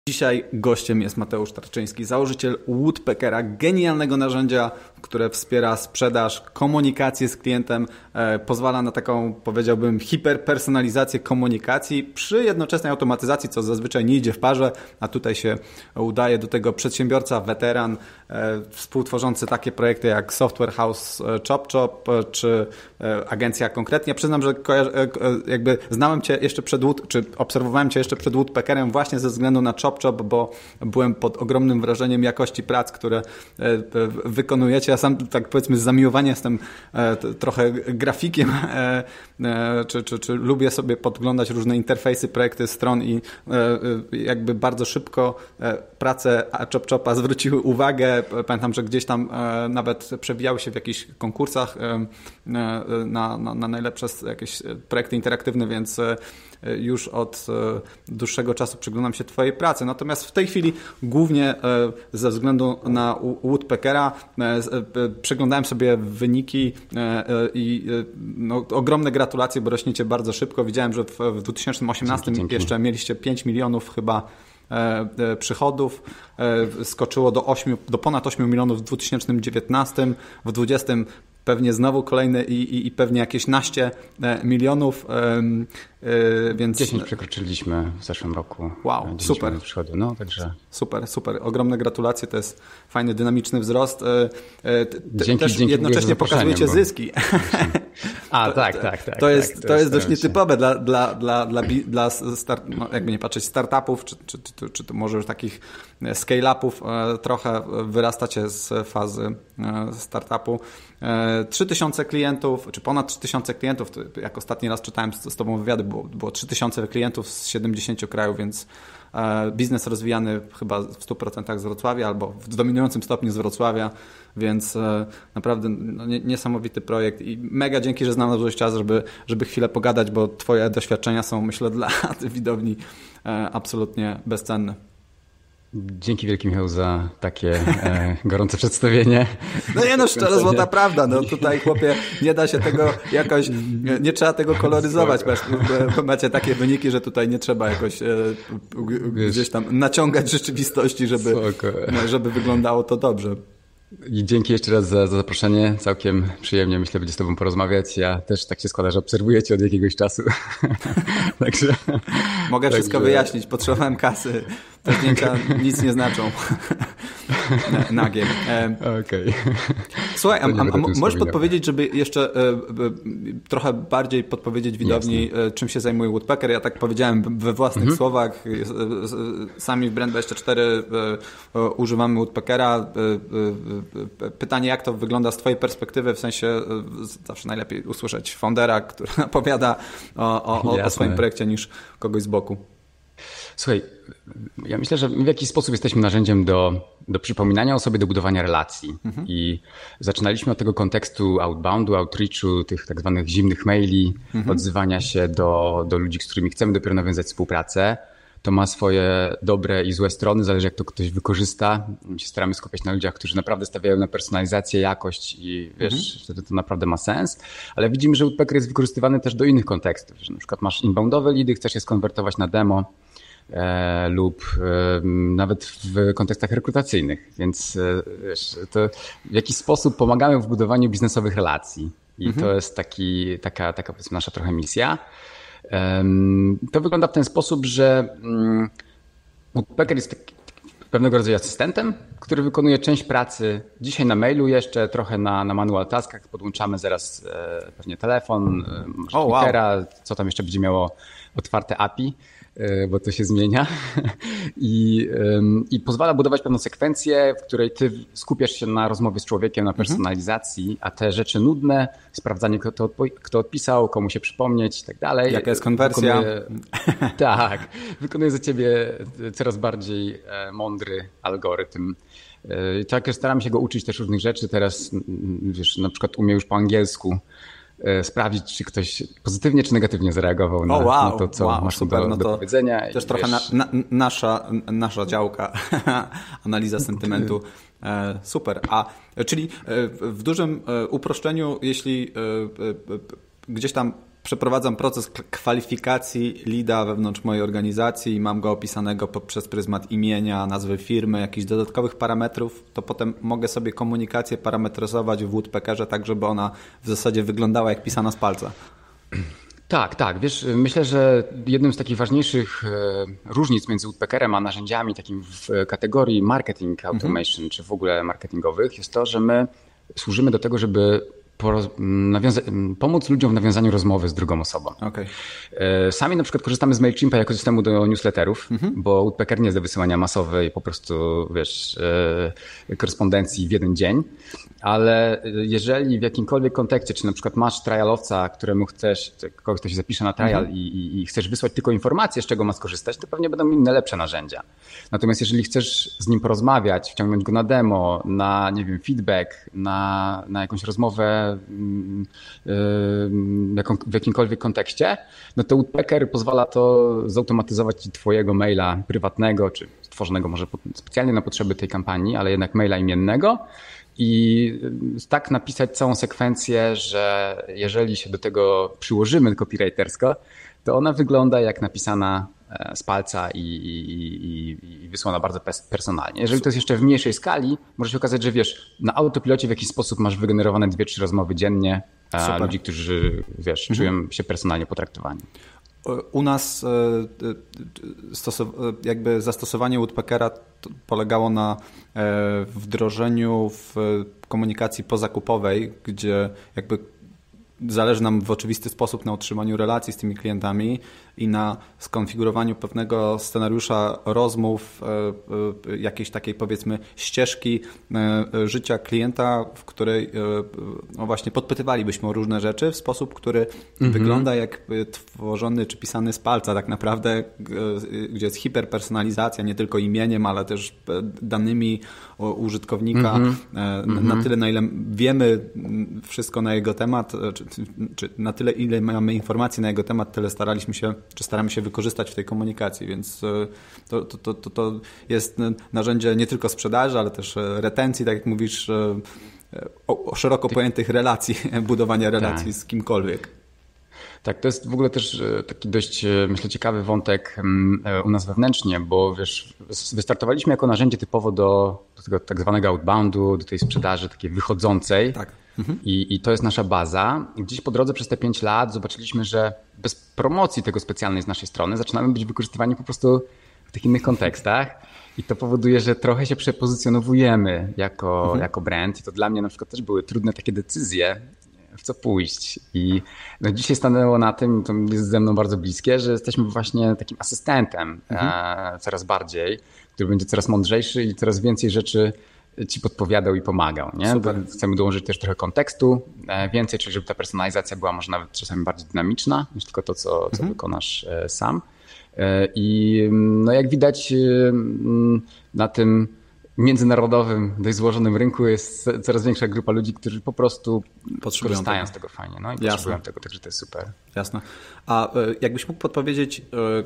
Dzisiaj gościem jest Mateusz Tarczyński, założyciel Woodpeckera, genialnego narzędzia, które wspiera sprzedaż, komunikację z klientem, pozwala na taką, powiedziałbym, hiperpersonalizację komunikacji przy jednoczesnej automatyzacji, co zazwyczaj nie idzie w parze, a tutaj się udaje do tego przedsiębiorca, weteran, współtworzący takie projekty jak Software House ChopChop czy agencja konkretnie. Przyznam, że jakby znałem Cię jeszcze czy obserwowałem Cię jeszcze przed Woodpeckerem właśnie ze względu na ChopChop, bo byłem pod ogromnym wrażeniem jakości prac, które wykonujecie. Ja sam, tak powiedzmy, z zamiłowania jestem trochę grafikiem, czy lubię sobie podglądać różne interfejsy, projekty stron i jakby bardzo szybko prace ChopChopa zwróciły uwagę. Pamiętam, że gdzieś tam nawet przewijały się w jakichś konkursach na najlepsze jakieś projekty interaktywne, więc już od dłuższego czasu przyglądam się Twojej pracy. Natomiast w tej chwili głównie ze względu na Woodpeckera przeglądałem sobie wyniki i ogromne gratulacje, bo rośniecie bardzo szybko. Widziałem, że w 2018 Dzięki. jeszcze mieliście 5 milionów chyba przychodów, skoczyło do ponad 8 milionów w 2019, w 2020 pewnie znowu kolejne i pewnie jakieś naście milionów, więc 10 przekroczyliśmy w zeszłym roku. Wow, 10 super. Przychodu. No, także Super. Ogromne gratulacje, to jest fajny, dynamiczny wzrost. Dzięki jednocześnie pokazujecie zyski. Tak. To jest dość nietypowe dla jakby nie patrzeć, startupów, czy to może już takich scale-upów, trochę wyrastacie z fazy startupu. 3000 klientów, czy ponad 3000 klientów, jak ostatni raz czytałem z Tobą wywiady, było 3000 klientów z 70 krajów, więc biznes rozwijany chyba w 100% z Wrocławia albo w dominującym stopniu z Wrocławia, więc naprawdę niesamowity projekt i mega dzięki, że znalazłeś czas, żeby chwilę pogadać, bo Twoje doświadczenia są, myślę, dla widowni absolutnie bezcenne. Dzięki wielkie, Michał, za takie gorące przedstawienie. Szczerze złota prawda. Tutaj, chłopie, nie da się tego jakoś, nie trzeba tego koloryzować. Macie takie wyniki, że tutaj nie trzeba jakoś gdzieś tam naciągać rzeczywistości, żeby wyglądało to dobrze. I dzięki jeszcze raz za zaproszenie. Całkiem przyjemnie, myślę, będzie z Tobą porozmawiać. Ja też tak się składa, że obserwuję Cię od jakiegoś czasu. Mogę wszystko wyjaśnić. Potrzebowałem kasy. Te zdjęcia nic nie znaczą. Nagiem. Okej. Słuchaj, a możesz podpowiedzieć, żeby jeszcze trochę bardziej podpowiedzieć widowni, czym się zajmuje Woodpecker? Ja tak powiedziałem we własnych słowach. Sami w Brand24 używamy Woodpeckera. Pytanie, jak to wygląda z Twojej perspektywy, w sensie zawsze najlepiej usłyszeć foundera, który opowiada o swoim projekcie, niż kogoś z boku. Słuchaj, ja myślę, że w jakiś sposób jesteśmy narzędziem do przypominania o sobie, do budowania relacji. I zaczynaliśmy od tego kontekstu outboundu, outreachu, tych tak zwanych zimnych maili, odzywania się do ludzi, z którymi chcemy dopiero nawiązać współpracę. To ma swoje dobre i złe strony, zależy jak to ktoś wykorzysta. My się staramy skupiać na ludziach, którzy naprawdę stawiają na personalizację, jakość i wiesz, wtedy to naprawdę ma sens. Ale widzimy, że Woodpecker jest wykorzystywany też do innych kontekstów. Że na przykład masz inboundowe lidy, chcesz je skonwertować na demo lub nawet w kontekstach rekrutacyjnych. Więc wiesz, to w jakiś sposób pomagamy w budowaniu biznesowych relacji. I to jest taka powiedzmy nasza trochę misja. To wygląda w ten sposób, że Woodpecker jest pewnego rodzaju asystentem, który wykonuje część pracy dzisiaj na mailu, jeszcze trochę na manual taskach. Podłączamy zaraz pewnie telefon, Twittera, co tam jeszcze będzie miało otwarte API, bo to się zmienia. I pozwala budować pewną sekwencję, w której ty skupiasz się na rozmowie z człowiekiem, na personalizacji, a te rzeczy nudne, sprawdzanie kto odpisał, komu się przypomnieć i tak dalej. Jaka jest konwersja. Wykonuje za ciebie coraz bardziej mądry algorytm. Tak, staramy się go uczyć też różnych rzeczy. Teraz wiesz, na przykład umie już po angielsku sprawdzić, czy ktoś pozytywnie czy negatywnie zareagował na to, co masz do powiedzenia. Też trochę nasza działka, analiza sentymentu. Super. Czyli w dużym uproszczeniu, jeśli gdzieś tam przeprowadzam proces kwalifikacji leada wewnątrz mojej organizacji i mam go opisanego poprzez pryzmat imienia, nazwy firmy, jakichś dodatkowych parametrów, to potem mogę sobie komunikację parametryzować w Woodpeckerze tak, żeby ona w zasadzie wyglądała jak pisana z palca. Tak. Wiesz, myślę, że jednym z takich ważniejszych różnic między Woodpeckerem a narzędziami takim w kategorii marketing automation, czy w ogóle marketingowych jest to, że my służymy do tego, żeby pomóc ludziom w nawiązaniu rozmowy z drugą osobą. Okay. Sami na przykład korzystamy z MailChimpa jako systemu do newsletterów, bo Woodpecker nie jest do wysyłania masowej po prostu, wiesz, korespondencji w jeden dzień, ale jeżeli w jakimkolwiek kontekście, czy na przykład masz trialowca, któremu chcesz, kogoś, kto się zapisze na trial i chcesz wysłać tylko informację, z czego ma skorzystać, to pewnie będą inne lepsze narzędzia. Natomiast jeżeli chcesz z nim porozmawiać, wciągnąć go na demo, na, nie wiem, feedback, na jakąś rozmowę w jakimkolwiek kontekście, no to Woodpecker pozwala to zautomatyzować ci twojego maila prywatnego, czy stworzonego może specjalnie na potrzeby tej kampanii, ale jednak maila imiennego i tak napisać całą sekwencję, że jeżeli się do tego przyłożymy copywritersko, to ona wygląda jak napisana z palca i wysłana bardzo personalnie. Jeżeli to jest jeszcze w mniejszej skali, może się okazać, że wiesz, na autopilocie w jakiś sposób masz wygenerowane 2-3 rozmowy dziennie ludzi, którzy wiesz, czują się personalnie potraktowani. U nas jakby zastosowanie Woodpeckera polegało na wdrożeniu w komunikacji pozakupowej, gdzie jakby zależy nam w oczywisty sposób na utrzymaniu relacji z tymi klientami i na skonfigurowaniu pewnego scenariusza rozmów, jakiejś takiej powiedzmy ścieżki życia klienta, w której no właśnie podpytywalibyśmy o różne rzeczy w sposób, który wygląda jak tworzony czy pisany z palca tak naprawdę, gdzie jest hiperpersonalizacja nie tylko imieniem, ale też danymi użytkownika na tyle, na ile wiemy wszystko na jego temat, czy na tyle, ile mamy informacji na jego temat, tyle staramy się wykorzystać w tej komunikacji, więc to jest narzędzie nie tylko sprzedaży, ale też retencji, tak jak mówisz, o szeroko pojętych relacji, budowania relacji z kimkolwiek. Tak, to jest w ogóle też taki dość, myślę, ciekawy wątek u nas wewnętrznie, bo wiesz, wystartowaliśmy jako narzędzie typowo do tego tak zwanego outboundu, do tej sprzedaży takiej wychodzącej. Tak. I to jest nasza baza. I gdzieś po drodze przez te 5 lat zobaczyliśmy, że bez promocji tego specjalnej z naszej strony zaczynamy być wykorzystywani po prostu w tych innych kontekstach. I to powoduje, że trochę się przepozycjonowujemy jako brand. I to dla mnie na przykład też były trudne takie decyzje, w co pójść. I no dzisiaj stanęło na tym, to jest ze mną bardzo bliskie, że jesteśmy właśnie takim asystentem coraz bardziej, który będzie coraz mądrzejszy i coraz więcej rzeczy ci podpowiadał i pomagał. Nie? Chcemy dołożyć też trochę kontekstu więcej, czyli żeby ta personalizacja była może nawet czasami bardziej dynamiczna niż tylko to, co wykonasz sam. I no jak widać na tym międzynarodowym, dość złożonym rynku jest coraz większa grupa ludzi, którzy po prostu korzystają z tego fajnie. No i potrzebują tego, także to jest super. Jasne. A jakbyś mógł podpowiedzieć,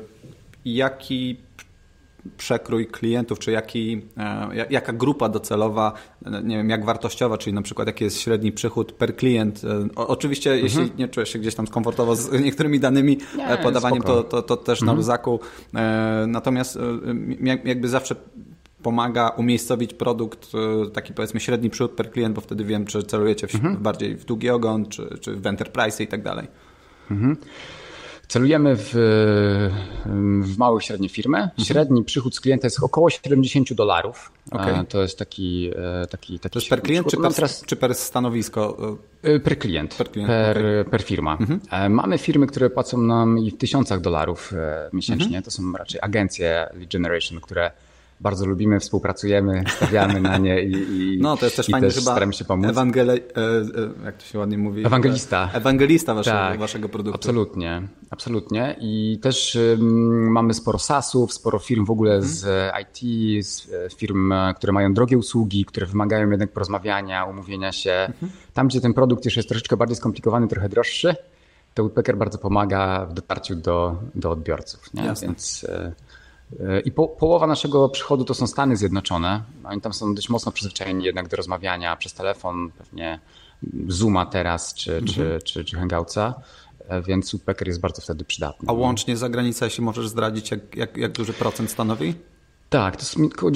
jaki przekrój klientów, czy jaka grupa docelowa, nie wiem, jak wartościowa, czyli na przykład jaki jest średni przychód per klient. Oczywiście jeśli nie czujesz się gdzieś tam skomfortowo z niektórymi danymi podawaniem, to też na luzaku. Natomiast jakby zawsze pomaga umiejscowić produkt, taki powiedzmy średni przychód per klient, bo wtedy wiem, czy celujecie bardziej w długi ogon, czy w enterprise i tak dalej. Celujemy w małe i średnie firmy. Średni przychód z klienta jest około $70. Okay. To jest taki to jest per klient czy per stanowisko? Per klient, per firma. Mamy firmy, które płacą nam i w $1000 miesięcznie. To są raczej agencje lead generation, które bardzo lubimy, współpracujemy, stawiamy na nie i no, to jest też fajnie, chyba staramy się pomóc. Jak to się ładnie mówi? Ewangelista waszego produktu. Absolutnie. I też mamy sporo SaaS-ów, sporo firm w ogóle z IT, z firm, które mają drogie usługi, które wymagają jednak porozmawiania, umówienia się. Tam, gdzie ten produkt już jest troszeczkę bardziej skomplikowany, trochę droższy, to Woodpecker bardzo pomaga w dotarciu do odbiorców. Nie? Więc i połowa naszego przychodu to są Stany Zjednoczone. Oni tam są dość mocno przyzwyczajeni jednak do rozmawiania przez telefon, pewnie Zooma teraz czy Hangoutsa. więc Woodpecker jest bardzo wtedy przydatny. A łącznie za granicą, jeśli możesz zdradzić, jak duży procent stanowi? Tak, to jest około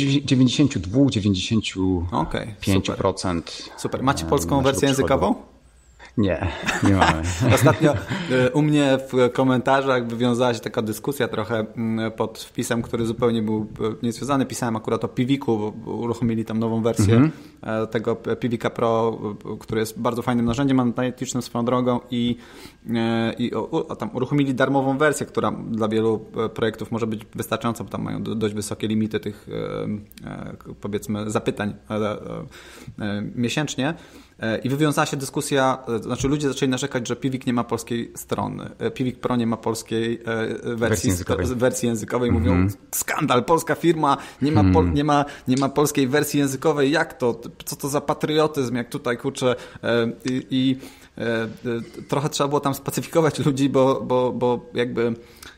92-95%. Super. Macie polską wersję językową? Nie mamy. Ostatnio u mnie w komentarzach wywiązała się taka dyskusja trochę pod wpisem, który zupełnie był niezwiązany. Pisałem akurat o Piwiku, bo uruchomili tam nową wersję tego Piwika Pro, który jest bardzo fajnym narzędziem analitycznym swoją drogą i tam uruchomili darmową wersję, która dla wielu projektów może być wystarczająca, bo tam mają dość wysokie limity tych powiedzmy zapytań miesięcznie. I wywiązała się dyskusja, znaczy ludzie zaczęli narzekać, że Piwik nie ma polskiej strony. Piwik Pro nie ma polskiej wersji językowej. Mówią, skandal, polska firma, nie ma polskiej wersji językowej. Jak to? Co to za patriotyzm? Jak tutaj, kurczę... trochę trzeba było tam spacyfikować ludzi, bo jakby...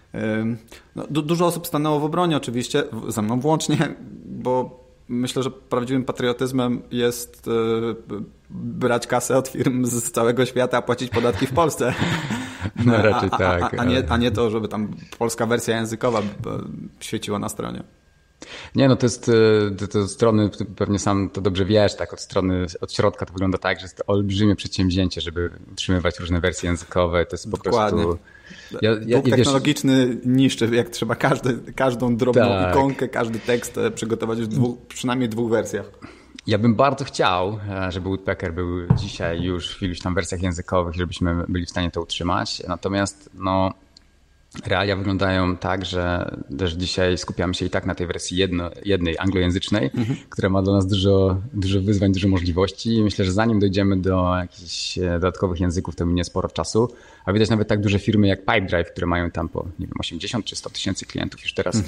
dużo osób stanęło w obronie oczywiście, ze mną włącznie, bo myślę, że prawdziwym patriotyzmem jest brać kasę od firm z całego świata, a płacić podatki w Polsce. No raczej tak. A nie to, żeby tam polska wersja językowa świeciła na stronie. Nie, no to jest to strony, pewnie sam to dobrze wiesz, tak, od środka to wygląda tak, że jest to olbrzymie przedsięwzięcie, żeby utrzymywać różne wersje językowe. To jest po prostu... Bóg technologiczny niszczy, jak trzeba każdą drobną ikonkę, każdy tekst przygotować w przynajmniej dwóch wersjach. Ja bym bardzo chciał, żeby Woodpecker był dzisiaj już w iluś tam wersjach językowych, żebyśmy byli w stanie to utrzymać. Natomiast realia wyglądają tak, że też dzisiaj skupiamy się i tak na tej wersji jednej anglojęzycznej, która ma dla nas dużo wyzwań, dużo możliwości i myślę, że zanim dojdziemy do jakichś dodatkowych języków, to minie sporo czasu, a widać nawet tak duże firmy jak Pipedrive, które mają tam po 80 czy 100 tysięcy klientów już teraz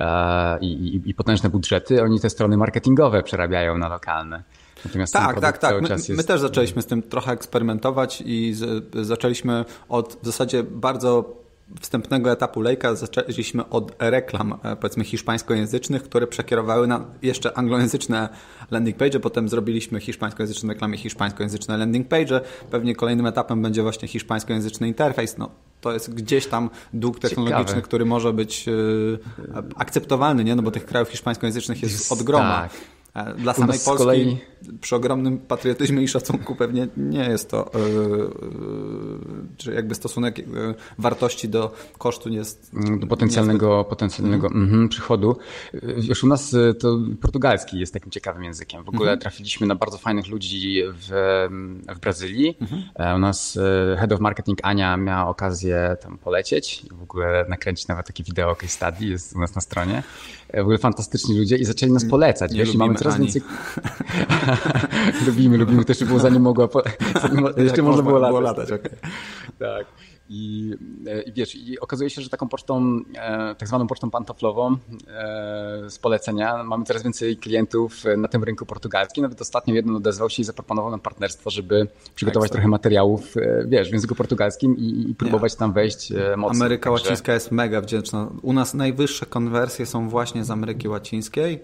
i potężne budżety, oni te strony marketingowe przerabiają na lokalne. Natomiast tak. My też zaczęliśmy z tym trochę eksperymentować i zaczęliśmy od w zasadzie bardzo wstępnego etapu lejka. Zaczęliśmy od reklam, powiedzmy hiszpańskojęzycznych, które przekierowały na jeszcze anglojęzyczne landing page, potem zrobiliśmy hiszpańskojęzyczne reklamy, hiszpańskojęzyczne landing page. Pewnie kolejnym etapem będzie właśnie hiszpańskojęzyczny interfejs. To jest gdzieś tam dług technologiczny, który może być akceptowalny, nie? No bo tych krajów hiszpańskojęzycznych jest od groma. Tak. Dla samej Polski przy ogromnym patriotyzmie i szacunku pewnie nie jest to, czy jakby stosunek wartości do kosztu nie jest... Do potencjalnego przychodu. Już u nas to portugalski jest takim ciekawym językiem. W ogóle trafiliśmy na bardzo fajnych ludzi w Brazylii. U nas Head of Marketing Ania miała okazję tam polecieć i w ogóle nakręcić nawet takie wideo case study, jest u nas na stronie. W ogóle fantastyczni ludzie i zaczęli nas polecać. Wiesz, mamy coraz więcej... lubimy też, było zanim mogła... jeszcze można było latać. Okay. Tak. I wiesz, i okazuje się, że taką pocztą, tak zwaną pocztą pantoflową z polecenia mamy coraz więcej klientów na tym rynku portugalskim. Nawet ostatnio jeden odezwał się i zaproponował nam partnerstwo, żeby przygotować trochę materiałów, wiesz, w języku portugalskim i próbować tam wejść mocno. Ameryka Łacińska jest mega wdzięczna. U nas najwyższe konwersje są właśnie z Ameryki Łacińskiej.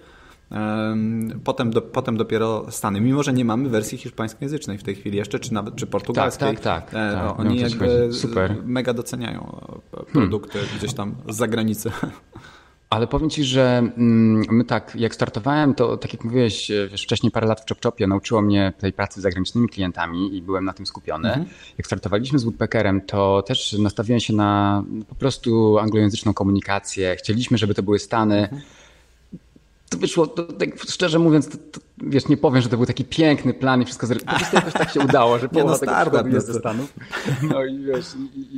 Potem dopiero Stany, mimo że nie mamy wersji hiszpańskojęzycznej w tej chwili jeszcze, czy portugalskiej. Tak. Oni jakby mega doceniają produkty gdzieś tam z zagranicy. Ale powiem Ci, że my tak, jak startowałem, to tak jak mówiłeś, wiesz, wcześniej parę lat w ChopChopie nauczyło mnie tej pracy z zagranicznymi klientami i byłem na tym skupiony. Jak startowaliśmy z Woodpeckerem, to też nastawiłem się na po prostu anglojęzyczną komunikację. Chcieliśmy, żeby to były Stany. To wyszło, tak szczerze mówiąc, to, wiesz, nie powiem, że to był taki piękny plan i wszystko po prostu jakoś tak się udało, że połowa tego przychodu jest ze Stanów. No i wiesz,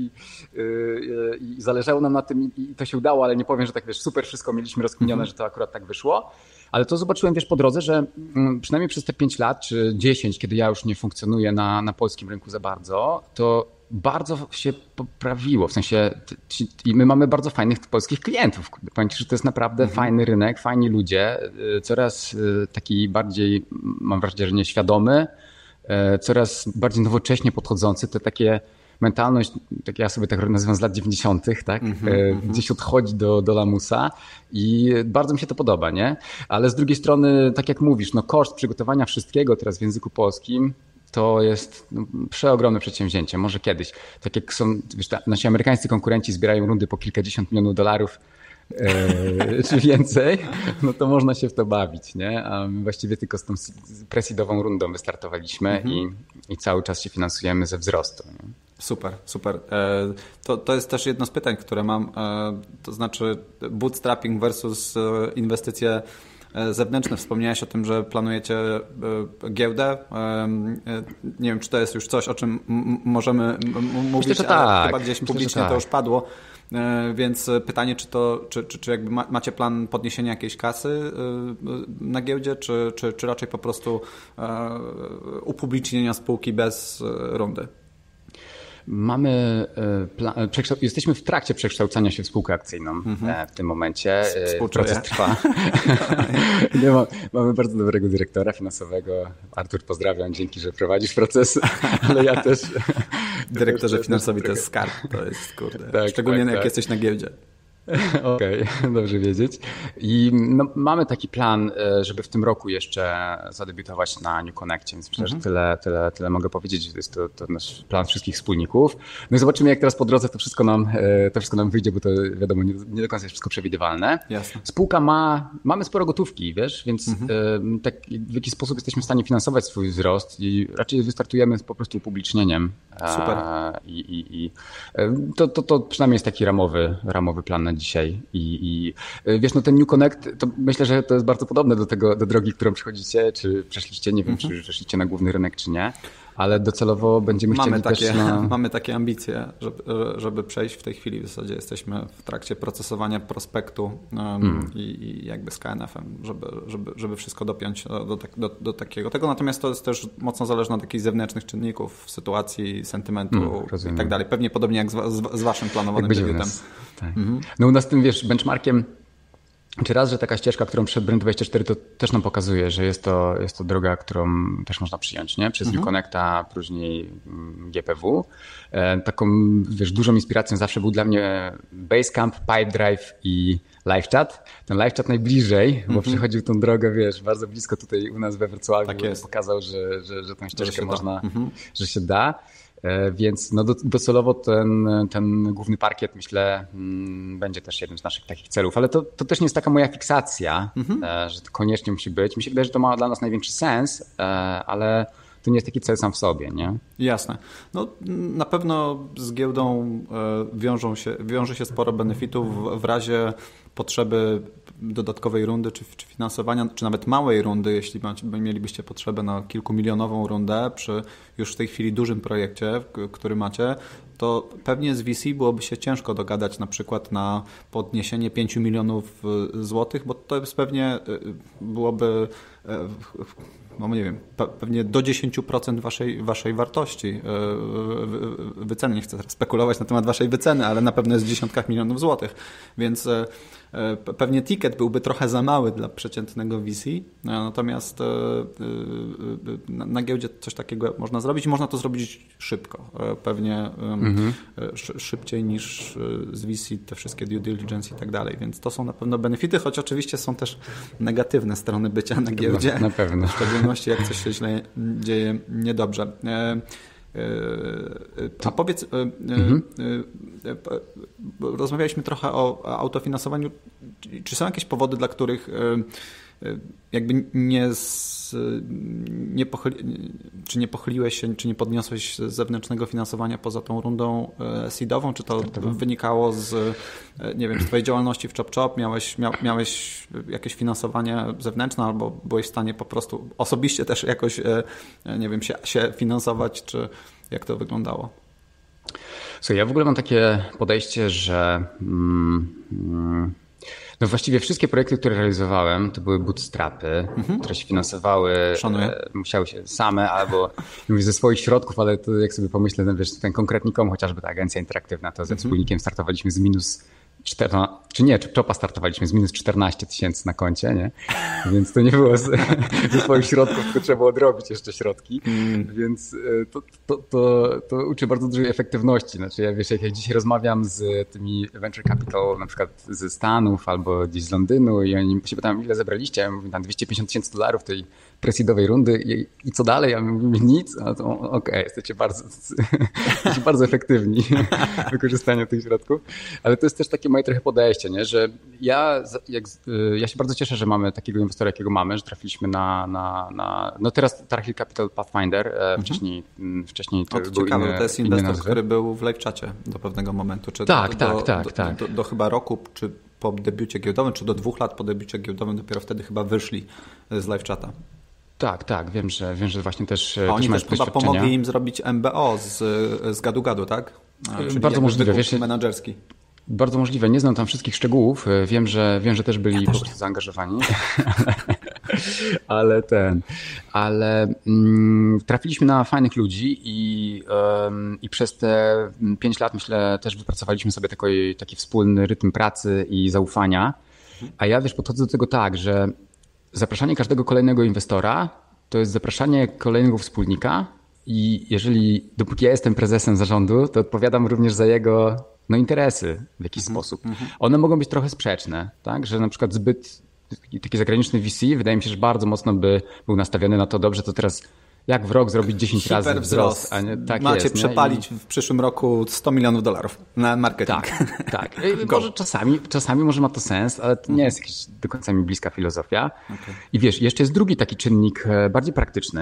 i zależało nam na tym i to się udało, ale nie powiem, że tak wiesz, super wszystko mieliśmy rozkminione, że to akurat tak wyszło. Ale to zobaczyłem, wiesz, po drodze, że przynajmniej przez te 5 lat czy 10, kiedy ja już nie funkcjonuję na polskim rynku za bardzo, to bardzo się poprawiło, w sensie i my mamy bardzo fajnych polskich klientów. Powiem Ci, że to jest naprawdę fajny rynek, fajni ludzie, coraz taki bardziej, mam wrażenie, świadomy, coraz bardziej nowocześnie podchodzący, to takie mentalność, tak ja sobie tak nazywam z lat 90., tak? Gdzieś odchodzi do lamusa i bardzo mi się to podoba, nie? Ale z drugiej strony, tak jak mówisz, no koszt przygotowania wszystkiego teraz w języku polskim to jest przeogromne przedsięwzięcie. Może kiedyś. Tak jak są, wiesz, nasi amerykańscy konkurenci zbierają rundy po kilkadziesiąt milionów dolarów czy więcej, no to można się w to bawić, nie? A my właściwie tylko z tą pre-seedową rundą wystartowaliśmy i cały czas się finansujemy ze wzrostu. Nie? Super, super. To jest też jedno z pytań, które mam, to znaczy bootstrapping versus inwestycje zewnętrzne. Wspomniałeś o tym, że planujecie giełdę. Nie wiem, czy to jest już coś, o czym możemy mówić, myślę, że ale tak. chyba gdzieś publicznie to już padło. Więc pytanie, czy jakby macie plan podniesienia jakiejś kasy na giełdzie, czy raczej po prostu upublicznienia spółki bez rundy? Jesteśmy w trakcie przekształcania się w spółkę akcyjną w tym momencie. Proces trwa. Mamy bardzo dobrego dyrektora finansowego. Artur, pozdrawiam, dzięki, że prowadzisz proces, ale ja też... Dyrektorzy finansowi to jest skarb, to jest kurde. Tak, szczególnie jak jesteś na giełdzie. Okej, dobrze wiedzieć. I mamy taki plan, żeby w tym roku jeszcze zadebiutować na New Connectie, więc myślę, że tyle mogę powiedzieć. Jest to nasz plan wszystkich wspólników. No i zobaczymy, jak teraz po drodze to wszystko nam wyjdzie, bo to wiadomo, nie do końca jest wszystko przewidywalne. Jasne. Spółka mamy sporo gotówki, wiesz, więc tak w jaki sposób jesteśmy w stanie finansować swój wzrost i raczej wystartujemy z po prostu upublicznieniem. Super. I to przynajmniej jest taki ramowy plan na dzisiaj. I wiesz, ten New Connect, to myślę, że to jest bardzo podobne do drogi, którą przechodzicie, czy przeszliście, nie wiem, czy przeszliście na główny rynek, czy nie, ale docelowo będziemy chcieli też... Mamy takie ambicje, żeby przejść w tej chwili. W zasadzie jesteśmy w trakcie procesowania prospektu i jakby z KNF-em, żeby wszystko dopiąć do takiego tego. Natomiast to jest też mocno zależne od jakichś zewnętrznych czynników, sytuacji, sentymentu i tak dalej. Pewnie podobnie jak z waszym planowanym debiutem. Tak. No u nas tym, wiesz, benchmarkiem, czy raz, że taka ścieżka, którą przed Brand24, to też nam pokazuje, że jest to droga, którą też można przyjąć, nie? Przez New Connecta, później GPW. Taką, wiesz, dużą inspiracją zawsze był dla mnie Basecamp, Pipedrive i LiveChat. Ten LiveChat najbliżej, bo przechodził tą drogę, wiesz, bardzo blisko tutaj u nas we Wrocławiu. Tak jest. Pokazał, że tą ścieżkę można, że się da. Więc docelowo ten główny parkiet, myślę, będzie też jednym z naszych takich celów. Ale to też nie jest taka moja fiksacja, że to koniecznie musi być. Mi się wydaje, że to ma dla nas największy sens, ale to nie jest taki cel sam w sobie, nie? Jasne. No, na pewno z giełdą wiąże się sporo benefitów w razie potrzeby dodatkowej rundy, czy finansowania, czy nawet małej rundy, jeśli mielibyście potrzebę na kilkumilionową rundę przy już w tej chwili dużym projekcie, który macie, to pewnie z VC byłoby się ciężko dogadać na przykład na podniesienie 5 milionów złotych, bo to jest pewnie byłoby no nie wiem, pewnie do 10% waszej wartości wyceny. Nie chcę teraz spekulować na temat waszej wyceny, ale na pewno jest w dziesiątkach milionów złotych, więc pewnie ticket byłby trochę za mały dla przeciętnego VC, natomiast na giełdzie coś takiego można zrobić i można to zrobić szybko, pewnie szybciej niż z VC te wszystkie due diligence i tak dalej, więc to są na pewno benefity, choć oczywiście są też negatywne strony bycia na giełdzie, na pewno. W szczególności jak coś się źle dzieje niedobrze. A powiedz, rozmawialiśmy trochę o autofinansowaniu. Czy są jakieś powody, dla których jakby nie pochyliłeś się, czy nie podniosłeś zewnętrznego finansowania poza tą rundą seedową? Czy to wynikało z, nie wiem, z twojej działalności w ChopChop? Miałeś jakieś finansowanie zewnętrzne albo byłeś w stanie po prostu osobiście też jakoś, nie wiem, się finansować, czy jak to wyglądało? Słuchaj, ja w ogóle mam takie podejście, że no właściwie wszystkie projekty, które realizowałem, to były bootstrapy, które się finansowały, musiały się same albo ze swoich środków, ale to jak sobie pomyślę, no wiesz, ten konkretnikom, chociażby ta agencja interaktywna, to ze wspólnikiem startowaliśmy z minus czy czopa startowaliśmy z minus 14 tysięcy na koncie, nie? Więc to nie było ze swoich środków, tylko trzeba było odrobić jeszcze środki. Więc to uczy bardzo dużej efektywności. Znaczy jak ja dzisiaj rozmawiam z tymi venture capital na przykład ze Stanów albo gdzieś z Londynu i oni się pytają, ile zebraliście? Ja mówię, tam $250,000 tej presidowej rundy i co dalej? Ja mówię, nic. A to okej, jesteście bardzo efektywni w wykorzystaniu tych środków. Ale to jest też takie moje trochę podejście, nie? Że ja się bardzo cieszę, że mamy takiego inwestora, jakiego mamy, że trafiliśmy no teraz Target Capital Pathfinder, wcześniej to był ciekawe, to jest inwestor, który był w live czacie do pewnego momentu. Czy tak. Do chyba roku, czy po debiucie giełdowym, czy do 2 lat po debiucie giełdowym, dopiero wtedy chyba wyszli z live czata. Tak, wiem, że właśnie też. A oni też chyba pomogli im zrobić MBO z gadu-gadu, tak? Czyli bardzo możliwe, wiesz, menadżerski. Bardzo możliwe. Nie znam tam wszystkich szczegółów. Wiem, że też byli po prostu zaangażowani. Ale trafiliśmy na fajnych ludzi i przez te 5 lat myślę też wypracowaliśmy sobie taki wspólny rytm pracy i zaufania. A ja podchodzę do tego tak, że zapraszanie każdego kolejnego inwestora to jest zapraszanie kolejnego wspólnika i dopóki ja jestem prezesem zarządu, to odpowiadam również za jego interesy w jakiś sposób. One mogą być trochę sprzeczne, tak? Że na przykład taki zagraniczny VC wydaje mi się, że bardzo mocno by był nastawiony na to, dobrze, to teraz jak w rok zrobić 10 razy wzrost. A nie, tak macie jest, przepalić w przyszłym roku $100 milionów na marketing. Tak. Może czasami może ma to sens, ale to nie jest jakaś do końca mi bliska filozofia. Okay. I jeszcze jest drugi taki czynnik bardziej praktyczny.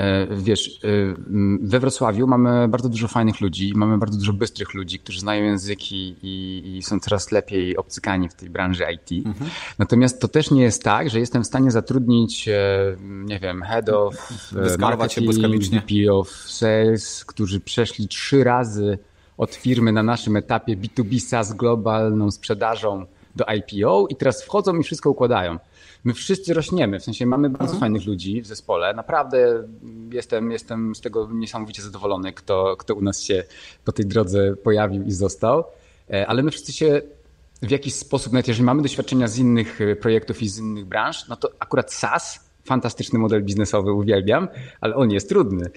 We Wrocławiu mamy bardzo dużo fajnych ludzi, mamy bardzo dużo bystrych ludzi, którzy znają języki i są coraz lepiej obcykani w tej branży IT. Natomiast to też nie jest tak, że jestem w stanie zatrudnić, head of marketing, VP of sales, którzy przeszli 3 razy od firmy na naszym etapie B2B SaaS globalną sprzedażą do IPO i teraz wchodzą i wszystko układają. My wszyscy rośniemy, w sensie mamy bardzo fajnych ludzi w zespole. Naprawdę jestem z tego niesamowicie zadowolony, kto u nas się po tej drodze pojawił i został. Ale my wszyscy się w jakiś sposób, nawet jeżeli mamy doświadczenia z innych projektów i z innych branż, no to akurat SaaS, fantastyczny model biznesowy, uwielbiam, ale on jest trudny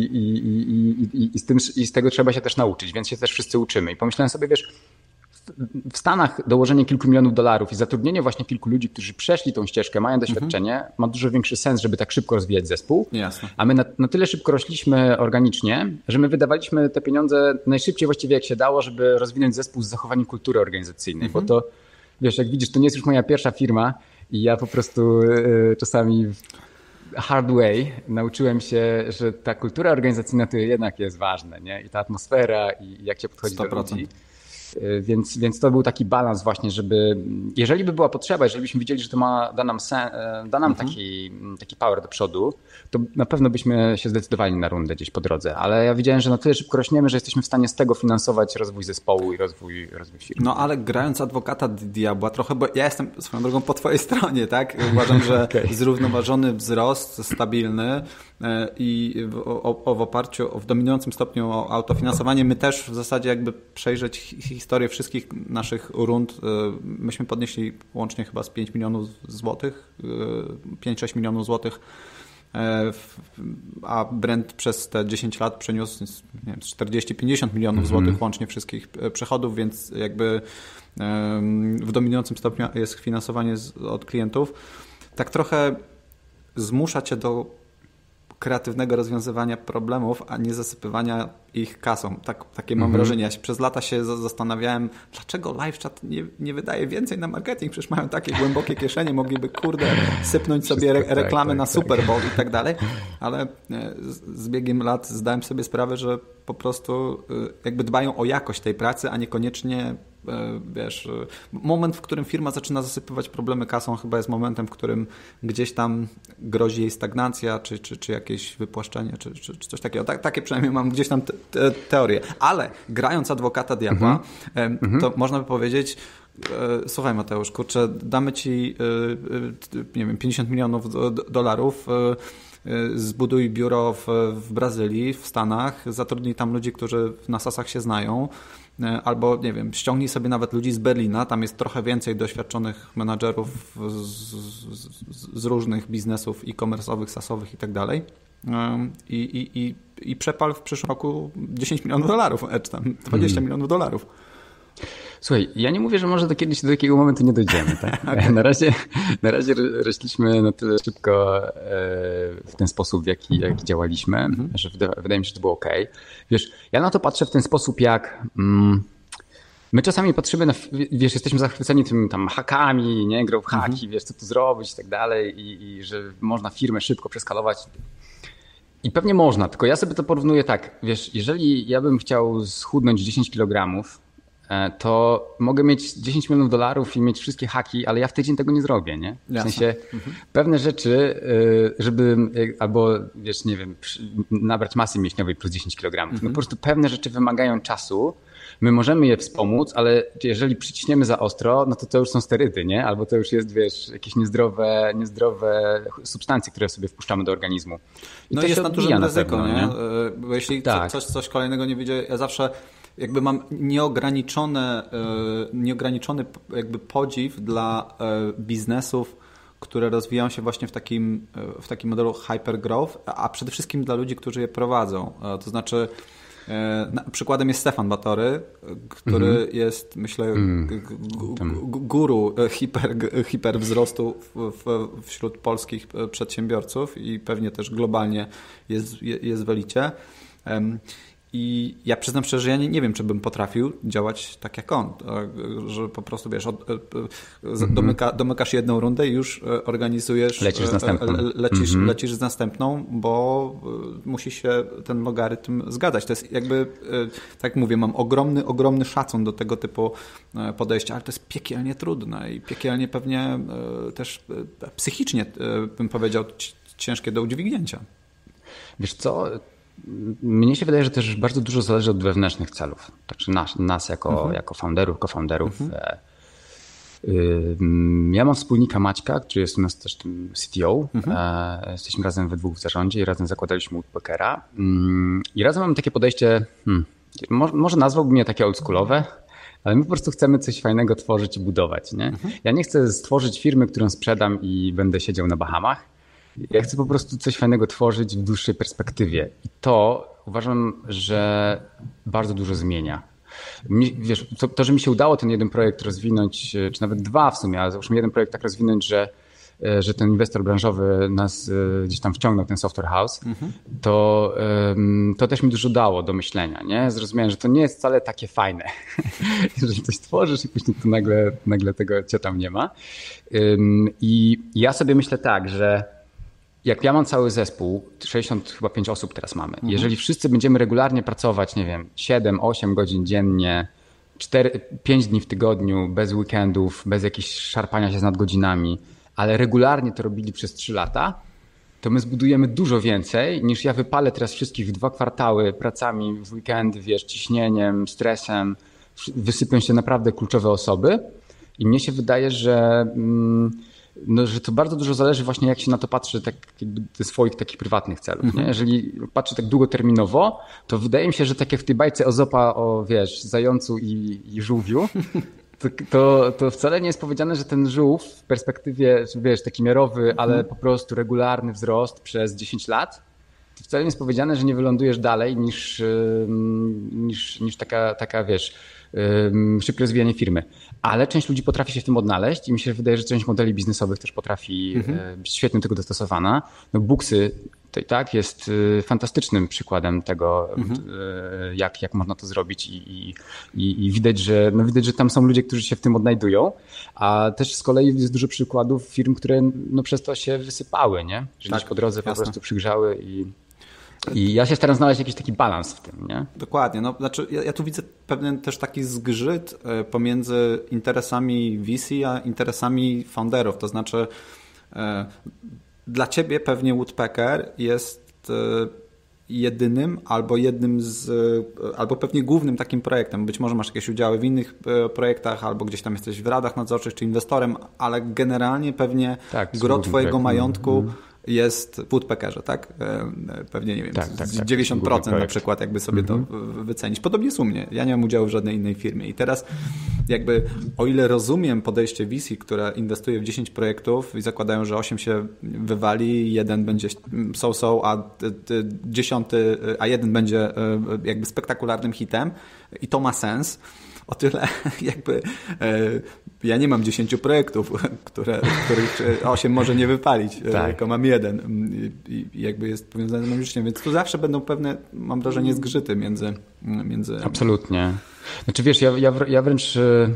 i z tego trzeba się też nauczyć, więc się też wszyscy uczymy. I pomyślałem sobie, w Stanach dołożenie kilku milionów dolarów i zatrudnienie właśnie kilku ludzi, którzy przeszli tą ścieżkę, mają doświadczenie, ma dużo większy sens, żeby tak szybko rozwijać zespół. Jasne. A my na tyle szybko rośliśmy organicznie, że my wydawaliśmy te pieniądze najszybciej właściwie jak się dało, żeby rozwinąć zespół z zachowaniem kultury organizacyjnej. Bo to, jak widzisz, to nie jest już moja pierwsza firma i ja po prostu czasami hard way nauczyłem się, że ta kultura organizacyjna to jednak jest ważna, nie? I ta atmosfera i jak się podchodzi 100%. do ludzi. Więc to był taki balans właśnie, żeby, jeżeli by była potrzeba, jeżeli byśmy widzieli, że to da nam taki power do przodu, to na pewno byśmy się zdecydowali na rundę gdzieś po drodze. Ale ja widziałem, że na tyle szybko rośniemy, że jesteśmy w stanie z tego finansować rozwój zespołu i rozwój firmy. No ale grając adwokata diabła trochę, bo ja jestem swoją drogą po twojej stronie, tak? Uważam, że zrównoważony wzrost, stabilny i w oparciu w dominującym stopniu o autofinansowanie, my też w zasadzie jakby przejrzeć historię wszystkich naszych rund, myśmy podnieśli łącznie chyba z 5 milionów złotych, 5-6 milionów złotych, a Brent przez te 10 lat przeniósł 40-50 milionów złotych łącznie wszystkich przychodów, więc jakby w dominującym stopniu jest finansowanie od klientów. Tak trochę zmusza cię do kreatywnego rozwiązywania problemów, a nie zasypywania ich kasą. Takie mam wrażenie. Ja przez lata się zastanawiałem, dlaczego LiveChat nie wydaje więcej na marketing, przecież mają takie głębokie kieszenie, mogliby sypnąć sobie reklamy na Super Bowl i tak dalej, ale z biegiem lat zdałem sobie sprawę, że po prostu jakby dbają o jakość tej pracy, a niekoniecznie moment, w którym firma zaczyna zasypywać problemy kasą, chyba jest momentem, w którym gdzieś tam grozi jej stagnacja, czy jakieś wypłaszczenie, czy coś takiego. Takie przynajmniej mam gdzieś tam teorię. Ale grając adwokata diabła, to można by powiedzieć, słuchaj Mateusz, kurczę, damy ci 50 milionów dolarów, zbuduj biuro w Brazylii, w Stanach, zatrudnij tam ludzi, którzy na sasach się znają, albo nie wiem, ściągnij sobie nawet ludzi z Berlina, tam jest trochę więcej doświadczonych menadżerów z różnych biznesów e-commerce'owych, sasowych i tak dalej. I przepal w przyszłym roku $10 milionów, czy tam $20 milionów. Słuchaj, ja nie mówię, że może kiedyś do takiego momentu nie dojdziemy. Tak? Okay. Na razie rośliśmy na tyle szybko w ten sposób, w jaki działaliśmy, że wydaje mi się, że to było okej. Wiesz, ja na to patrzę w ten sposób, jak my czasami patrzymy na, wiesz, jesteśmy zachwyceni tym tam hakami, nie, grą w haki, wiesz, co tu zrobić i tak dalej i że można firmę szybko przeskalować. I pewnie można, tylko ja sobie to porównuję tak, wiesz, jeżeli ja bym chciał schudnąć 10 kilogramów, to mogę mieć $10 milionów i mieć wszystkie haki, ale ja w tydzień tego nie zrobię, nie? W sensie pewne rzeczy, żeby albo, wiesz, nie wiem, nabrać masy mięśniowej plus 10 kg. No po prostu pewne rzeczy wymagają czasu. My możemy je wspomóc, ale jeżeli przyciśniemy za ostro, no to już są sterydy, nie? Albo to już jest, wiesz, jakieś niezdrowe substancje, które sobie wpuszczamy do organizmu. I no to jest naturalne ryzyko, pewno, nie? Bo jeśli coś kolejnego nie wyjdzie, ja zawsze jakby mam nieograniczony jakby podziw dla biznesów, które rozwijają się właśnie w takim modelu hypergrowth, a przede wszystkim dla ludzi, którzy je prowadzą. To znaczy przykładem jest Stefan Batory, który jest, myślę, guru hiperwzrostu wśród polskich przedsiębiorców i pewnie też globalnie jest w elicie. I ja przyznam szczerze, że ja nie wiem, czy bym potrafił działać tak jak on, że po prostu, wiesz, domykasz jedną rundę i już organizujesz, lecisz z następną, bo musi się ten logarytm zgadzać. To jest jakby, tak jak mówię, mam ogromny szacun do tego typu podejścia, ale to jest piekielnie trudne i piekielnie pewnie też psychicznie, bym powiedział, ciężkie do udźwignięcia. Wiesz co? Mnie się wydaje, że też bardzo dużo zależy od wewnętrznych celów. Znaczy nas jako founderów, co-founderów. Ja mam wspólnika Maćka, który jest u nas też tym CTO. Jesteśmy razem we dwóch w zarządzie i razem zakładaliśmy Woodpeckera. I razem mamy takie podejście, może nazwałbym je takie oldschoolowe, ale my po prostu chcemy coś fajnego tworzyć i budować. Nie? Ja nie chcę stworzyć firmy, którą sprzedam i będę siedział na Bahamach. Ja chcę po prostu coś fajnego tworzyć w dłuższej perspektywie. I to uważam, że bardzo dużo zmienia. Wiesz, to, że mi się udało ten jeden projekt rozwinąć, czy nawet dwa w sumie, ale załóżmy jeden projekt tak rozwinąć, że ten inwestor branżowy nas gdzieś tam wciągnął, ten software house, to też mi dużo dało do myślenia. Nie? Zrozumiałem, że to nie jest wcale takie fajne, że coś tworzysz i później to nagle tego cię tam nie ma. I ja sobie myślę tak, że jak ja mam cały zespół, 65 osób teraz mamy, jeżeli wszyscy będziemy regularnie pracować, nie wiem, 7-8 godzin dziennie, 5 dni w tygodniu, bez weekendów, bez jakichś szarpania się z nadgodzinami, ale regularnie to robili przez 3 lata, to my zbudujemy dużo więcej niż ja wypalę teraz wszystkich w 2 kwartały pracami w weekendy, wiesz, ciśnieniem, stresem, wysypią się naprawdę kluczowe osoby i mnie się wydaje, że to bardzo dużo zależy właśnie jak się na to patrzy tak ze swoich takich prywatnych celów. Nie? Jeżeli patrzy tak długoterminowo, to wydaje mi się, że tak jak w tej bajce Ezopa o, wiesz, zającu i żółwiu, to wcale nie jest powiedziane, że ten żółw w perspektywie, wiesz, taki miarowy, ale po prostu regularny wzrost przez 10 lat, to wcale nie jest powiedziane, że nie wylądujesz dalej niż taka, wiesz, szybkie rozwijanie firmy. Ale część ludzi potrafi się w tym odnaleźć i mi się wydaje, że część modeli biznesowych też potrafi być świetnie do tego dostosowana. No Booksy to i tak jest fantastycznym przykładem tego, jak można to zrobić i widać, że tam są ludzie, którzy się w tym odnajdują, a też z kolei jest dużo przykładów firm, które przez to się wysypały, nie? Że gdzieś po drodze po prostu przygrzały i ja się staram znaleźć jakiś taki balans w tym, nie? Dokładnie. No, znaczy ja tu widzę pewien też taki zgrzyt pomiędzy interesami VC a interesami founderów. To znaczy dla ciebie pewnie Woodpecker jest jedynym albo pewnie głównym takim projektem. Być może masz jakieś udziały w innych projektach albo gdzieś tam jesteś w radach nadzorczych czy inwestorem, ale generalnie pewnie gro twojego majątku jest w Woodpeckerze, tak? Pewnie, nie wiem, tak, 90% na przykład, jakby sobie to wycenić. Podobnie jest u mnie. Ja nie mam udziału w żadnej innej firmie. I teraz jakby, o ile rozumiem podejście VC, które inwestuje w 10 projektów i zakładają, że 8 się wywali, jeden będzie so-so, a 10, a jeden będzie jakby spektakularnym hitem i to ma sens. O tyle jakby ja nie mam 10 projektów, których 8 może nie wypalić, tylko mam jeden i jakby jest powiązany z moim życiem, więc tu zawsze będą pewne, mam wrażenie, zgrzyty między... Absolutnie. Znaczy wiesz, ja wręcz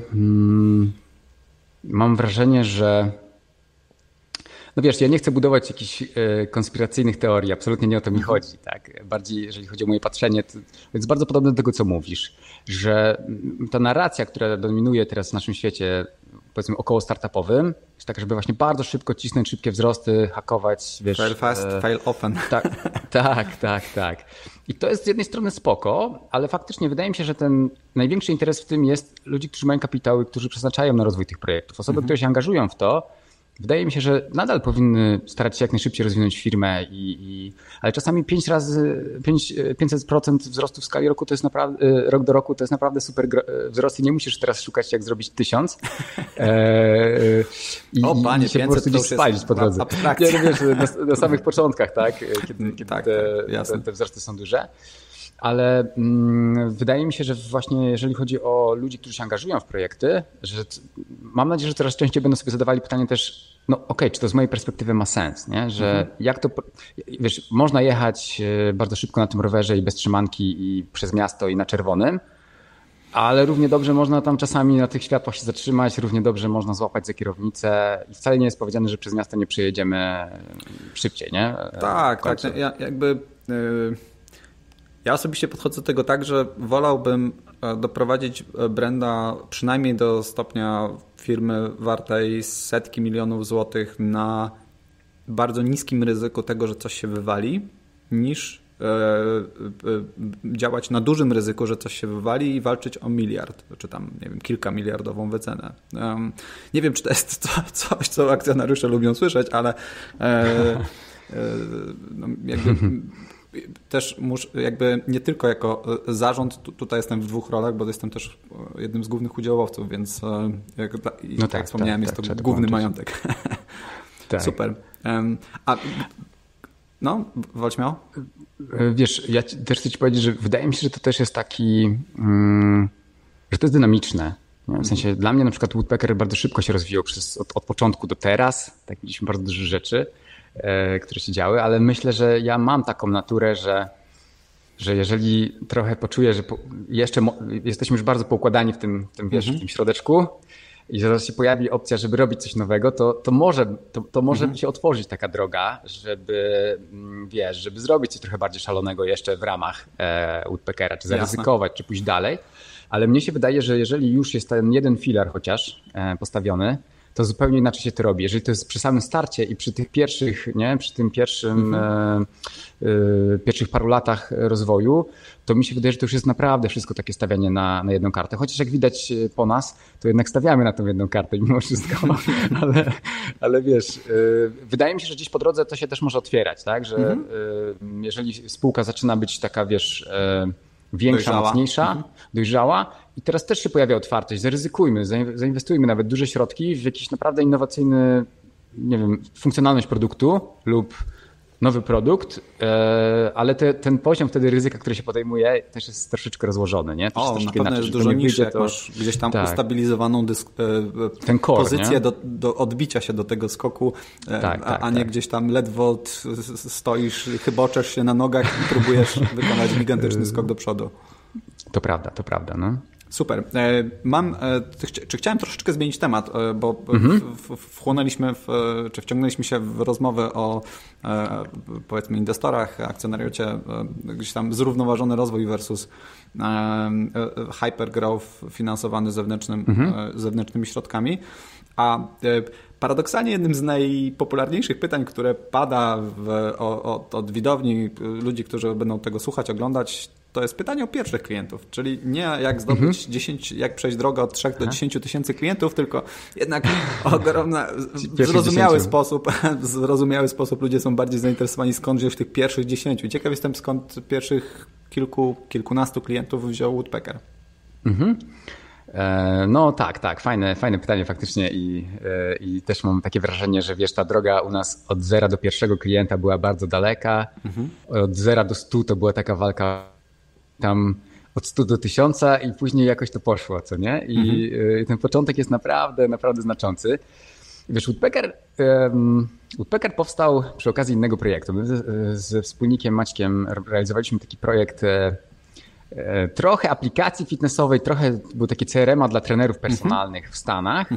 mam wrażenie, że no wiesz, ja nie chcę budować jakichś konspiracyjnych teorii, absolutnie nie o to mi chodzi. Tak? Bardziej jeżeli chodzi o moje patrzenie, to jest bardzo podobne do tego, co mówisz, że ta narracja, która dominuje teraz w naszym świecie, powiedzmy około startupowym, jest taka, żeby właśnie bardzo szybko cisnąć szybkie wzrosty, hakować, wiesz... Fail fast, fail often. Tak. I to jest z jednej strony spoko, ale faktycznie wydaje mi się, że ten największy interes w tym jest ludzi, którzy mają kapitały, którzy przeznaczają na rozwój tych projektów. Osoby, które się angażują w to, wydaje mi się, że nadal powinny starać się jak najszybciej rozwinąć firmę, ale czasami 500% wzrostu w skali roku to jest naprawdę, rok do roku to jest naprawdę super wzrost i nie musisz teraz szukać, jak zrobić 1000. Panie, i się 500 po prostu gdzieś spalić po drodze. Nie, no wiesz, na samych początkach, tak? Kiedy te wzrosty są duże. Ale wydaje mi się, że właśnie jeżeli chodzi o ludzi, którzy się angażują w projekty, że mam nadzieję, że coraz częściej będą sobie zadawali pytanie też, no okej, czy to z mojej perspektywy ma sens, nie? Że jak to, wiesz, można jechać bardzo szybko na tym rowerze i bez trzymanki i przez miasto i na czerwonym, ale równie dobrze można tam czasami na tych światłach się zatrzymać, równie dobrze można złapać za kierownicę i wcale nie jest powiedziane, że przez miasto nie przejedziemy szybciej, nie? Tak. Ja osobiście podchodzę do tego tak, że wolałbym doprowadzić Brenda przynajmniej do stopnia firmy wartej setki milionów złotych na bardzo niskim ryzyku tego, że coś się wywali, niż działać na dużym ryzyku, że coś się wywali i walczyć o miliard, czy tam, nie wiem, kilkamiliardową wycenę. Nie wiem, czy to jest coś, co akcjonariusze lubią słyszeć, ale jakby też muszę, jakby nie tylko jako zarząd, tutaj jestem w dwóch rolach, bo jestem też jednym z głównych udziałowców, więc jak wspomniałem, jest to główny majątek. Tak. Super. Wal śmiało? Wiesz, ja też chcę ci powiedzieć, że wydaje mi się, że to też jest taki, że to jest dynamiczne. W sensie dla mnie na przykład Woodpecker bardzo szybko się rozwijał od początku do teraz. Tak, mieliśmy bardzo dużo rzeczy, które się działy, ale myślę, że ja mam taką naturę, że jeżeli trochę poczuję, że jeszcze jesteśmy już bardzo poukładani w tym środeczku i zaraz się pojawi opcja, żeby robić coś nowego, to może się otworzyć taka droga, żeby zrobić coś trochę bardziej szalonego jeszcze w ramach Woodpeckera, czy zaryzykować, czy pójść dalej. Ale mnie się wydaje, że jeżeli już jest ten jeden filar chociaż postawiony, to zupełnie inaczej się to robi. Jeżeli to jest przy samym starcie i przy tych pierwszych, pierwszych paru latach rozwoju, to mi się wydaje, że to już jest naprawdę wszystko takie stawianie na jedną kartę. Chociaż jak widać po nas, to jednak stawiamy na tą jedną kartę mimo wszystko. ale wiesz, wydaje mi się, że gdzieś po drodze to się też może otwierać, tak? Że jeżeli spółka zaczyna być taka, wiesz, większa, dojrzała. Mocniejsza, dojrzała i teraz też się pojawia otwartość, zaryzykujmy, zainwestujmy nawet duże środki w jakiś naprawdę innowacyjny, nie wiem, funkcjonalność produktu lub nowy produkt, ale ten poziom wtedy ryzyka, który się podejmuje, też jest troszeczkę rozłożony, nie? Na pewno jest dużo niższy, jak masz gdzieś tam ustabilizowaną ten core, pozycję do odbicia się do tego skoku, a nie gdzieś tam ledwo stoisz, chyboczesz się na nogach i próbujesz wykonać gigantyczny skok do przodu. To prawda, no. Super. Czy chciałem troszeczkę zmienić temat, bo wciągnęliśmy się w rozmowę o powiedzmy inwestorach, akcjonariacie, gdzieś tam zrównoważony rozwój versus hypergrowth finansowany zewnętrznymi środkami. A paradoksalnie jednym z najpopularniejszych pytań, które pada od widowni, ludzi, którzy będą tego słuchać, oglądać, to jest pytanie o pierwszych klientów, czyli nie jak zdobyć 10, jak przejść drogę od 3 do 10 tysięcy klientów, tylko jednak ogromna, w zrozumiały sposób ludzie są bardziej zainteresowani, skąd wziąć tych pierwszych 10. Ciekaw jestem, skąd pierwszych kilkunastu klientów wziął Woodpecker. No tak, fajne pytanie faktycznie i też mam takie wrażenie, że wiesz, ta droga u nas od 0 do pierwszego klienta była bardzo daleka, od 0 do 100 to była taka walka tam od 100 do 1000 i później jakoś to poszło, co nie? I ten początek jest naprawdę znaczący. Wiesz, Woodpecker powstał przy okazji innego projektu. My ze wspólnikiem Maćkiem realizowaliśmy taki projekt trochę aplikacji fitnessowej, trochę był takie CRM-a dla trenerów personalnych w Stanach.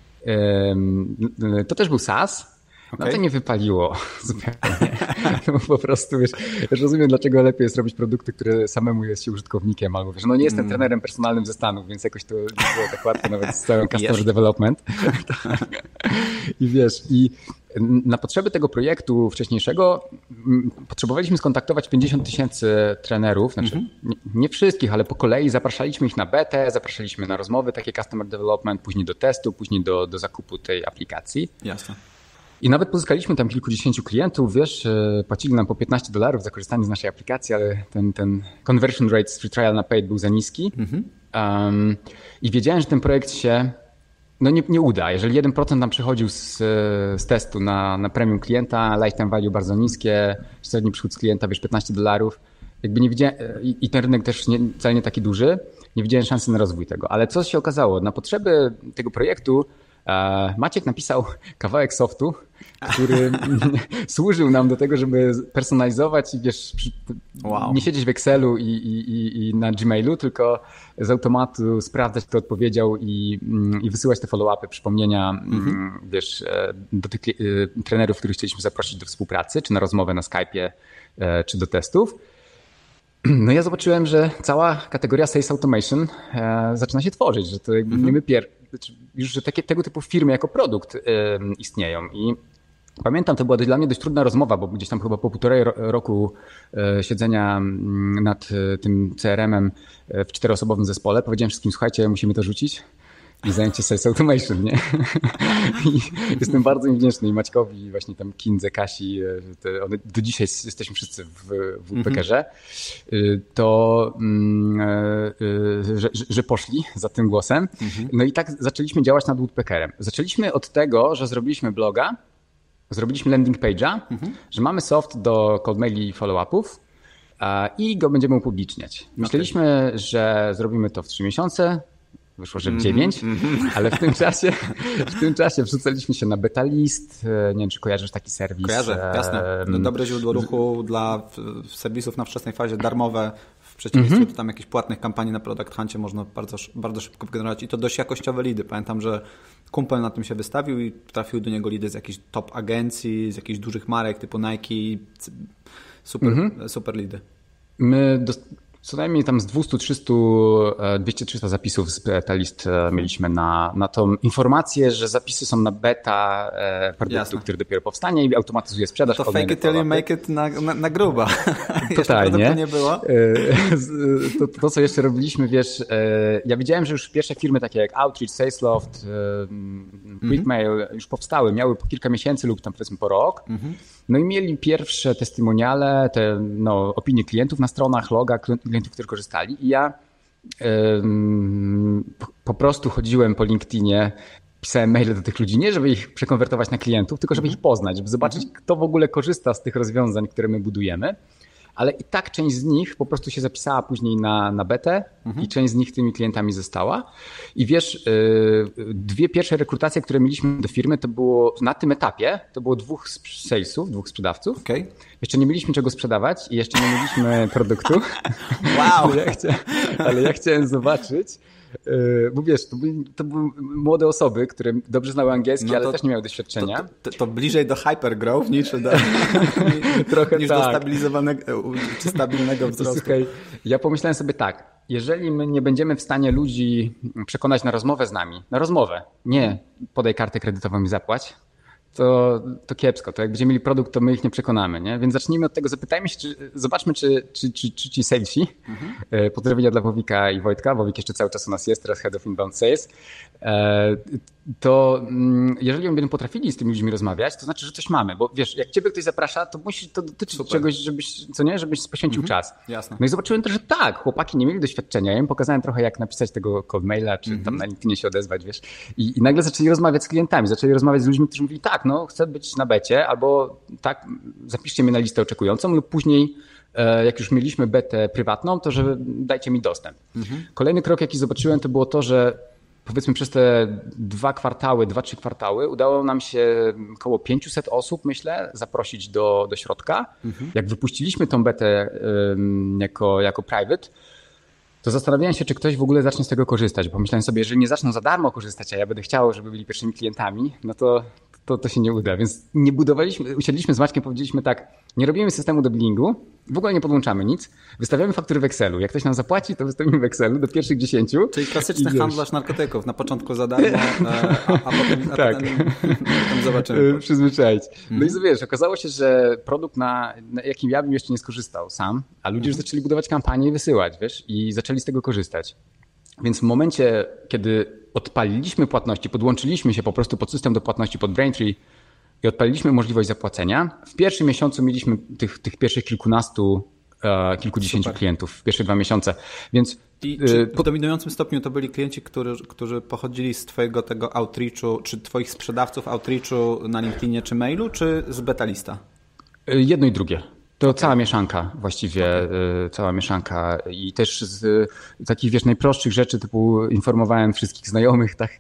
To też był SaaS. No to nie wypaliło zupełnie. No, po prostu wiesz, rozumiem, dlaczego lepiej jest robić produkty, które samemu jest się użytkownikiem, albo wiesz, no nie jestem trenerem personalnym ze Stanów, więc jakoś to nie było tak łatwo nawet z całym customer development. I wiesz, i na potrzeby tego projektu wcześniejszego potrzebowaliśmy skontaktować 50 000 trenerów, znaczy nie wszystkich, ale po kolei zapraszaliśmy ich na betę, zapraszaliśmy na rozmowy takie customer development, później do testu, później do zakupu tej aplikacji. Jasne. I nawet pozyskaliśmy tam kilkudziesięciu klientów, wiesz, płacili nam po $15 za korzystanie z naszej aplikacji, ale ten conversion rate z free trial na paid był za niski. I wiedziałem, że ten projekt się nie uda. Jeżeli 1% nam przychodził z testu na premium klienta, lifetime value bardzo niskie, średni przychód z klienta, wiesz, $15, jakby nie widziałem, i ten rynek też wcale nie taki duży, nie widziałem szansy na rozwój tego. Ale co się okazało? Na potrzeby tego projektu Maciek napisał kawałek softu, który służył nam do tego, żeby personalizować i wiesz, nie siedzieć w Excelu i na Gmailu, tylko z automatu sprawdzać, kto odpowiedział i wysyłać te follow-upy, przypomnienia wiesz, do tych trenerów, których chcieliśmy zaprosić do współpracy, czy na rozmowę na Skype'ie, czy do testów. No ja zobaczyłem, że cała kategoria Sales Automation zaczyna się tworzyć, że to jakby nie my już że tego typu firmy jako produkt istnieją. I pamiętam, to była dla mnie dość trudna rozmowa, bo gdzieś tam chyba po 1,5 roku siedzenia nad tym CRM-em w 4-osobowym zespole powiedziałem wszystkim, słuchajcie, musimy to rzucić i zająć się Sales Automation, nie? I jestem bardzo im wdzięczny i Maćkowi, i właśnie tam Kindze, Kasi, do dzisiaj jesteśmy wszyscy w Woodpeckerze, to że poszli za tym głosem. No i tak zaczęliśmy działać nad Woodpeckerem. Zaczęliśmy od tego, że zrobiliśmy bloga, zrobiliśmy landing page'a, że mamy soft do cold maili i follow-upów i go będziemy upubliczniać. Myśleliśmy, że zrobimy to w 3 miesiące, wyszło, że w 9, ale w tym czasie wrzucaliśmy się na beta list. Nie wiem, czy kojarzysz taki serwis. Kojarzę, jasne. Dobre źródło ruchu dla serwisów na wczesnej fazie, darmowe. W przeciwieństwie do tam jakichś płatnych kampanii na Product Huncie można bardzo szybko wygenerować i to dość jakościowe lidy. Pamiętam, że kumpel na tym się wystawił i trafiły do niego lidy z jakichś top agencji, z jakichś dużych marek typu Nike. Super lidy. My co najmniej tam z 200-300 zapisów z beta list mieliśmy na tą informację, że zapisy są na beta produktu, który dopiero powstanie i automatyzuje sprzedaż. To fake it till you make it na grubo. Totalnie. Nie było. To, co jeszcze robiliśmy, wiesz, ja wiedziałem, że już pierwsze firmy takie jak Outreach, Salesloft, Quickmail już powstały, miały po kilka miesięcy lub tam powiedzmy po rok. No i mieli pierwsze testymoniale, te opinie klientów na stronach, loga klientów, którzy korzystali i ja po prostu chodziłem po LinkedInie, pisałem maile do tych ludzi, nie żeby ich przekonwertować na klientów, tylko żeby ich poznać, żeby zobaczyć, kto w ogóle korzysta z tych rozwiązań, które my budujemy. Ale i tak część z nich po prostu się zapisała później na betę i część z nich tymi klientami została. I wiesz, 2 pierwsze rekrutacje, które mieliśmy do firmy, to było na tym etapie, to było 2 salesów, 2 sprzedawców. Okay. Jeszcze nie mieliśmy czego sprzedawać i jeszcze nie mieliśmy produktu. Wow! ale ja chciałem zobaczyć, bo wiesz, to były młode osoby, które dobrze znały angielski, ale też nie miały doświadczenia. To bliżej do hypergrowth niż do stabilizowanego czy stabilnego wzrostu. Słuchaj, ja pomyślałem sobie tak, jeżeli my nie będziemy w stanie ludzi przekonać na rozmowę z nami, na rozmowę, nie podaj kartę kredytową i zapłać, to kiepsko. To jak będziemy mieli produkt, to my ich nie przekonamy, nie? Więc zacznijmy od tego, zapytajmy się, zobaczmy, czy ci salesi, pozdrowienia dla Wowika i Wojtka, Wowik jeszcze cały czas u nas jest, teraz Head of Inbound Sales, to jeżeli oni będą potrafili z tymi ludźmi rozmawiać, to znaczy, że coś mamy, bo wiesz, jak ciebie ktoś zaprasza, to musi to dotyczyć czegoś, żebyś poświęcił czas. Jasne. No i zobaczyłem też, że tak, chłopaki nie mieli doświadczenia, ja im pokazałem trochę, jak napisać tego cold maila, czy tam na LinkedInie się odezwać, wiesz, i nagle zaczęli rozmawiać z klientami, zaczęli rozmawiać z ludźmi, którzy mówili, tak, no chcę być na becie, albo tak, zapiszcie mnie na listę oczekującą, lub później jak już mieliśmy betę prywatną, to że dajcie mi dostęp. Kolejny krok, jaki zobaczyłem, to było to, że powiedzmy przez te 2-3 kwartały udało nam się około 500 osób, myślę, zaprosić do środka. Jak wypuściliśmy tą betę jako private, to zastanawiałem się, czy ktoś w ogóle zacznie z tego korzystać. Pomyślałem sobie, jeżeli nie zaczną za darmo korzystać, a ja będę chciał, żeby byli pierwszymi klientami, no to się nie uda. Więc nie budowaliśmy, usiedliśmy z Maćkiem, powiedzieliśmy tak, nie robimy systemu do billingu, w ogóle nie podłączamy nic, wystawiamy faktury w Excelu. Jak ktoś nam zapłaci, to wystawimy w Excelu do pierwszych 10. Czyli klasyczny handlarz narkotyków. Na początku za darmo, a potem zobaczymy. Przyzwyczaić. No i wiesz, okazało się, że produkt, na jakim ja bym jeszcze nie skorzystał sam, a ludzie już zaczęli budować kampanię i wysyłać, wiesz, i zaczęli z tego korzystać. Więc w momencie, kiedy odpaliliśmy płatności, podłączyliśmy się po prostu pod system do płatności pod Braintree i odpaliliśmy możliwość zapłacenia, w pierwszym miesiącu mieliśmy tych pierwszych kilkudziesięciu klientów, w pierwsze 2 miesiące. Więc czy w dominującym stopniu to byli klienci, którzy pochodzili z twojego tego outreachu, czy twoich sprzedawców outreachu na LinkedInie czy mailu, czy z betalista? Jedno i drugie. To cała mieszanka właściwie, cała mieszanka i też z takich, wiesz, najprostszych rzeczy typu informowałem wszystkich znajomych, tak,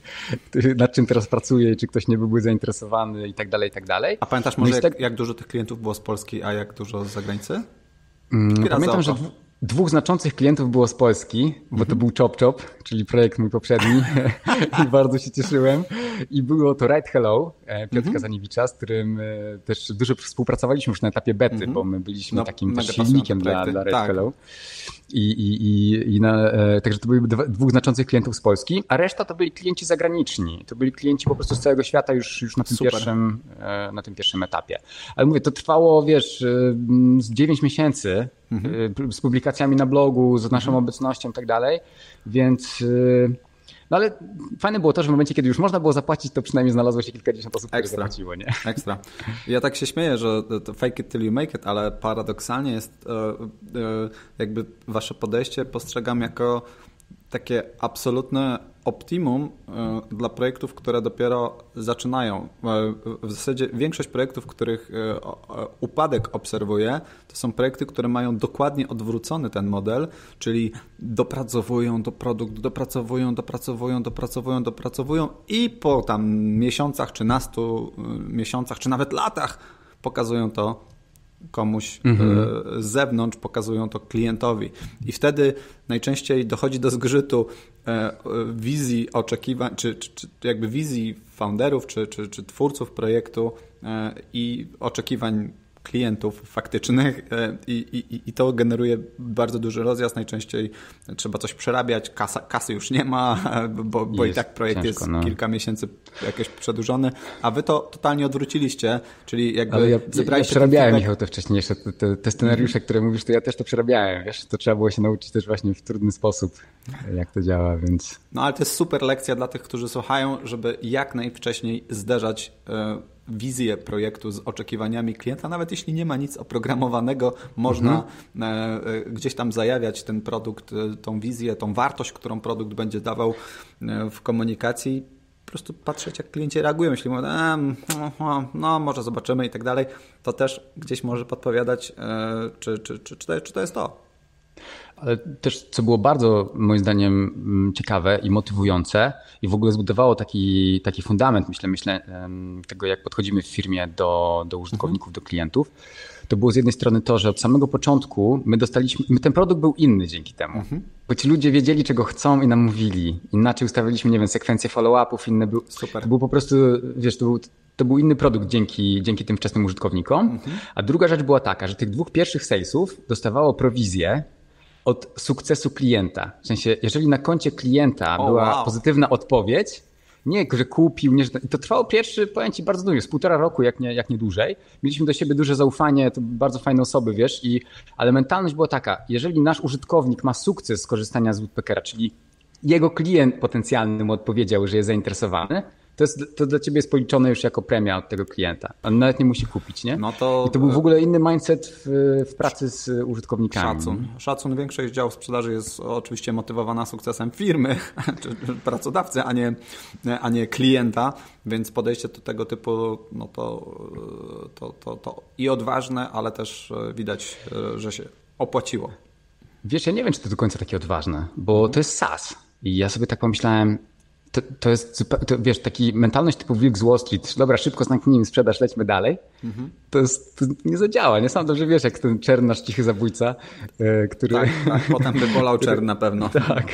nad czym teraz pracuję, czy ktoś nie byłby zainteresowany i tak dalej, i tak dalej. A pamiętasz może jak dużo tych klientów było z Polski, a jak dużo z zagranicy? Pamiętam, że 2 znaczących klientów było z Polski, bo to był Chop Chop, czyli projekt mój poprzedni i bardzo się cieszyłem. I było to Right Hello, Piotrka Zaniewicza, z którym też dużo współpracowaliśmy już na etapie bety, bo my byliśmy takim też silnikiem dla Right Hello. Także to były 2 znaczących klientów z Polski, a reszta to byli klienci zagraniczni. To byli klienci po prostu z całego świata już na tym pierwszym etapie. Ale mówię, to trwało, wiesz, z 9 miesięcy z publikacjami na blogu, z naszą obecnością i tak dalej, więc... No ale fajne było to, że w momencie, kiedy już można było zapłacić, to przynajmniej znalazło się kilkadziesiąt osób, które zapłaciło, nie? Ekstra. Ja tak się śmieję, że to fake it till you make it, ale paradoksalnie jest jakby wasze podejście postrzegam jako takie absolutne optimum dla projektów, które dopiero zaczynają. W zasadzie większość projektów, których upadek obserwuję, to są projekty, które mają dokładnie odwrócony ten model, czyli dopracowują do produktu, dopracowują i po tam miesiącach, czy nastu miesiącach, czy nawet latach pokazują to komuś z zewnątrz, pokazują to klientowi. I wtedy najczęściej dochodzi do zgrzytu wizji oczekiwań, czy jakby wizji founderów, czy twórców projektu i oczekiwań klientów faktycznych i to generuje bardzo duży rozjazd. Najczęściej trzeba coś przerabiać, kasy już nie ma, bo i tak projekt ciężko, jest kilka miesięcy jakoś przedłużony, a wy to totalnie odwróciliście, czyli jakby ale ja przerabiałem, Michał, te wcześniej jeszcze te scenariusze, które mówisz, to ja też to przerabiałem, wiesz, to trzeba było się nauczyć też właśnie w trudny sposób, jak to działa, więc... No ale to jest super lekcja dla tych, którzy słuchają, żeby jak najwcześniej zderzać wizję projektu z oczekiwaniami klienta, nawet jeśli nie ma nic oprogramowanego, można gdzieś tam zajawiać ten produkt, tą wizję, tą wartość, którą produkt będzie dawał w komunikacji. Po prostu patrzeć, jak klienci reagują. Jeśli mówią, no może zobaczymy i tak dalej, to też gdzieś może podpowiadać, czy to jest to. Ale też, co było bardzo moim zdaniem ciekawe i motywujące i w ogóle zbudowało taki fundament, myślę, tego, jak podchodzimy w firmie do użytkowników, do klientów, to było z jednej strony to, że od samego początku ten produkt był inny dzięki temu. Bo ci ludzie wiedzieli, czego chcą i nam mówili. Inaczej ustawiliśmy, nie wiem, sekwencję follow-upów, inne był. Super. To był po prostu, wiesz, to był inny produkt dzięki tym wczesnym użytkownikom. A druga rzecz była taka, że tych 2 pierwszych salesów dostawało prowizję od sukcesu klienta. W sensie, jeżeli na koncie klienta była pozytywna odpowiedź, nie, że kupił, nie, że... I to trwało pierwszy, powiem ci, bardzo długo, z 1,5 roku, jak nie dłużej. Mieliśmy do siebie duże zaufanie, to bardzo fajne osoby, wiesz, ale mentalność była taka, jeżeli nasz użytkownik ma sukces z korzystania z Woodpeckera, czyli jego klient potencjalny mu odpowiedział, że jest zainteresowany, to dla ciebie jest policzone już jako premia od tego klienta. On nawet nie musi kupić, nie? No to... I to był w ogóle inny mindset w pracy z użytkownikami. Szacun. Większość działów sprzedaży jest oczywiście motywowana sukcesem firmy, czy pracodawcy, a nie klienta, więc podejście do tego typu, no to i odważne, ale też widać, że się opłaciło. Wiesz, ja nie wiem, czy to do końca takie odważne, bo to jest SaaS. I ja sobie tak pomyślałem, to jest, wiesz, taki mentalność typu Wilk z Wall Street, dobra, szybko zamknijmy sprzedaż, lećmy dalej, to nie zadziała. Nie sam dobrze wiesz, jak ten Czern, nasz cichy zabójca, który... Tak, potem by bolał Czern na pewno. Tak,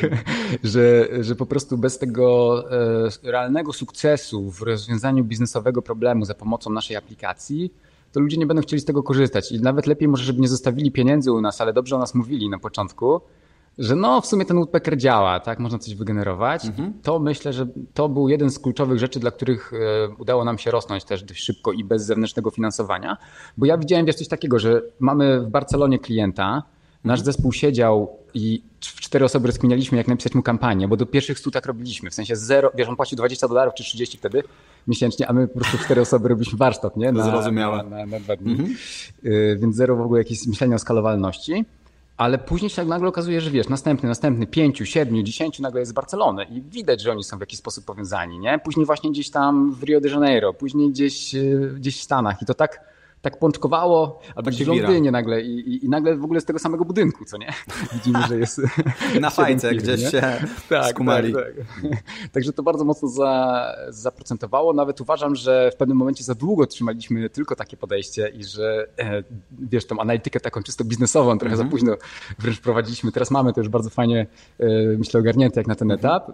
że po prostu bez tego realnego sukcesu w rozwiązaniu biznesowego problemu za pomocą naszej aplikacji, to ludzie nie będą chcieli z tego korzystać. I nawet lepiej może, żeby nie zostawili pieniędzy u nas, ale dobrze o nas mówili na początku, że no w sumie ten Woodpecker działa, tak, można coś wygenerować. To myślę, że to był jeden z kluczowych rzeczy, dla których udało nam się rosnąć też dość szybko i bez zewnętrznego finansowania. Bo ja widziałem, wiesz, coś takiego, że mamy w Barcelonie klienta, nasz zespół siedział i w 4 osoby rozkminialiśmy, jak napisać mu kampanię, bo do pierwszych 100 tak robiliśmy, w sensie zero, wiesz, on płacił $20 czy 30 wtedy miesięcznie, a my po prostu 4 osoby robiliśmy warsztat, nie? Zrozumiałe. Na 2 dni. Więc zero w ogóle jakieś myślenia o skalowalności. Ale później się nagle okazuje, że wiesz, następny 5, 7, 10 nagle jest z Barcelony i widać, że oni są w jakiś sposób powiązani, nie? Później właśnie gdzieś tam w Rio de Janeiro, później gdzieś w Stanach i to tak pączkowało, albo gdzieś w Londynie nagle i nagle w ogóle z tego samego budynku, co nie? Widzimy, że jest... Na fajce gdzieś nie? się skumali. Tak. Także to bardzo mocno zaprocentowało. Nawet uważam, że w pewnym momencie za długo trzymaliśmy tylko takie podejście i że wiesz, tą analitykę taką czysto biznesową trochę za późno wręcz prowadziliśmy. Teraz mamy to już bardzo fajnie, myślę, ogarnięte jak na ten etap,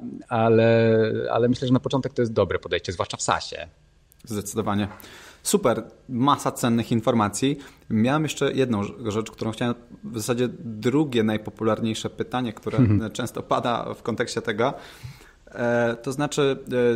ale myślę, że na początek to jest dobre podejście, zwłaszcza w SaaS-ie. Zdecydowanie. Super, masa cennych informacji. Miałem jeszcze jedną rzecz, którą chciałem, w zasadzie drugie najpopularniejsze pytanie, które często pada w kontekście tego. To znaczy,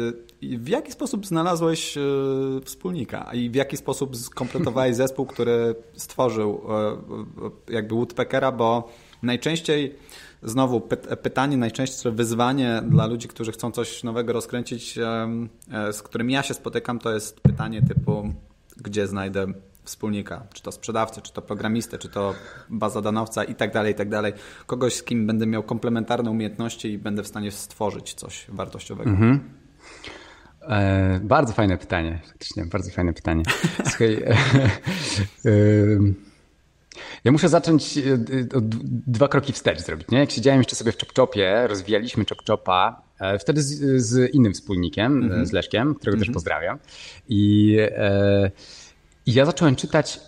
w jaki sposób znalazłeś wspólnika i w jaki sposób skompletowałeś zespół, który stworzył jakby Woodpeckera, bo najczęściej znowu pytanie, najczęstsze wyzwanie dla ludzi, którzy chcą coś nowego rozkręcić, z którym ja się spotykam, to jest pytanie typu, gdzie znajdę wspólnika, czy to sprzedawcę, czy to programistę, czy to bazadanowca i tak dalej. Kogoś, z kim będę miał komplementarne umiejętności i będę w stanie stworzyć coś wartościowego. Bardzo fajne pytanie, faktycznie, bardzo fajne pytanie. Słuchaj, ja muszę zacząć od 2 kroki wstecz zrobić. Nie? Jak siedziałem jeszcze sobie w ChopChopie, rozwijaliśmy ChopChopa, wtedy z innym wspólnikiem, z Leszkiem, którego też pozdrawiam. I ja zacząłem czytać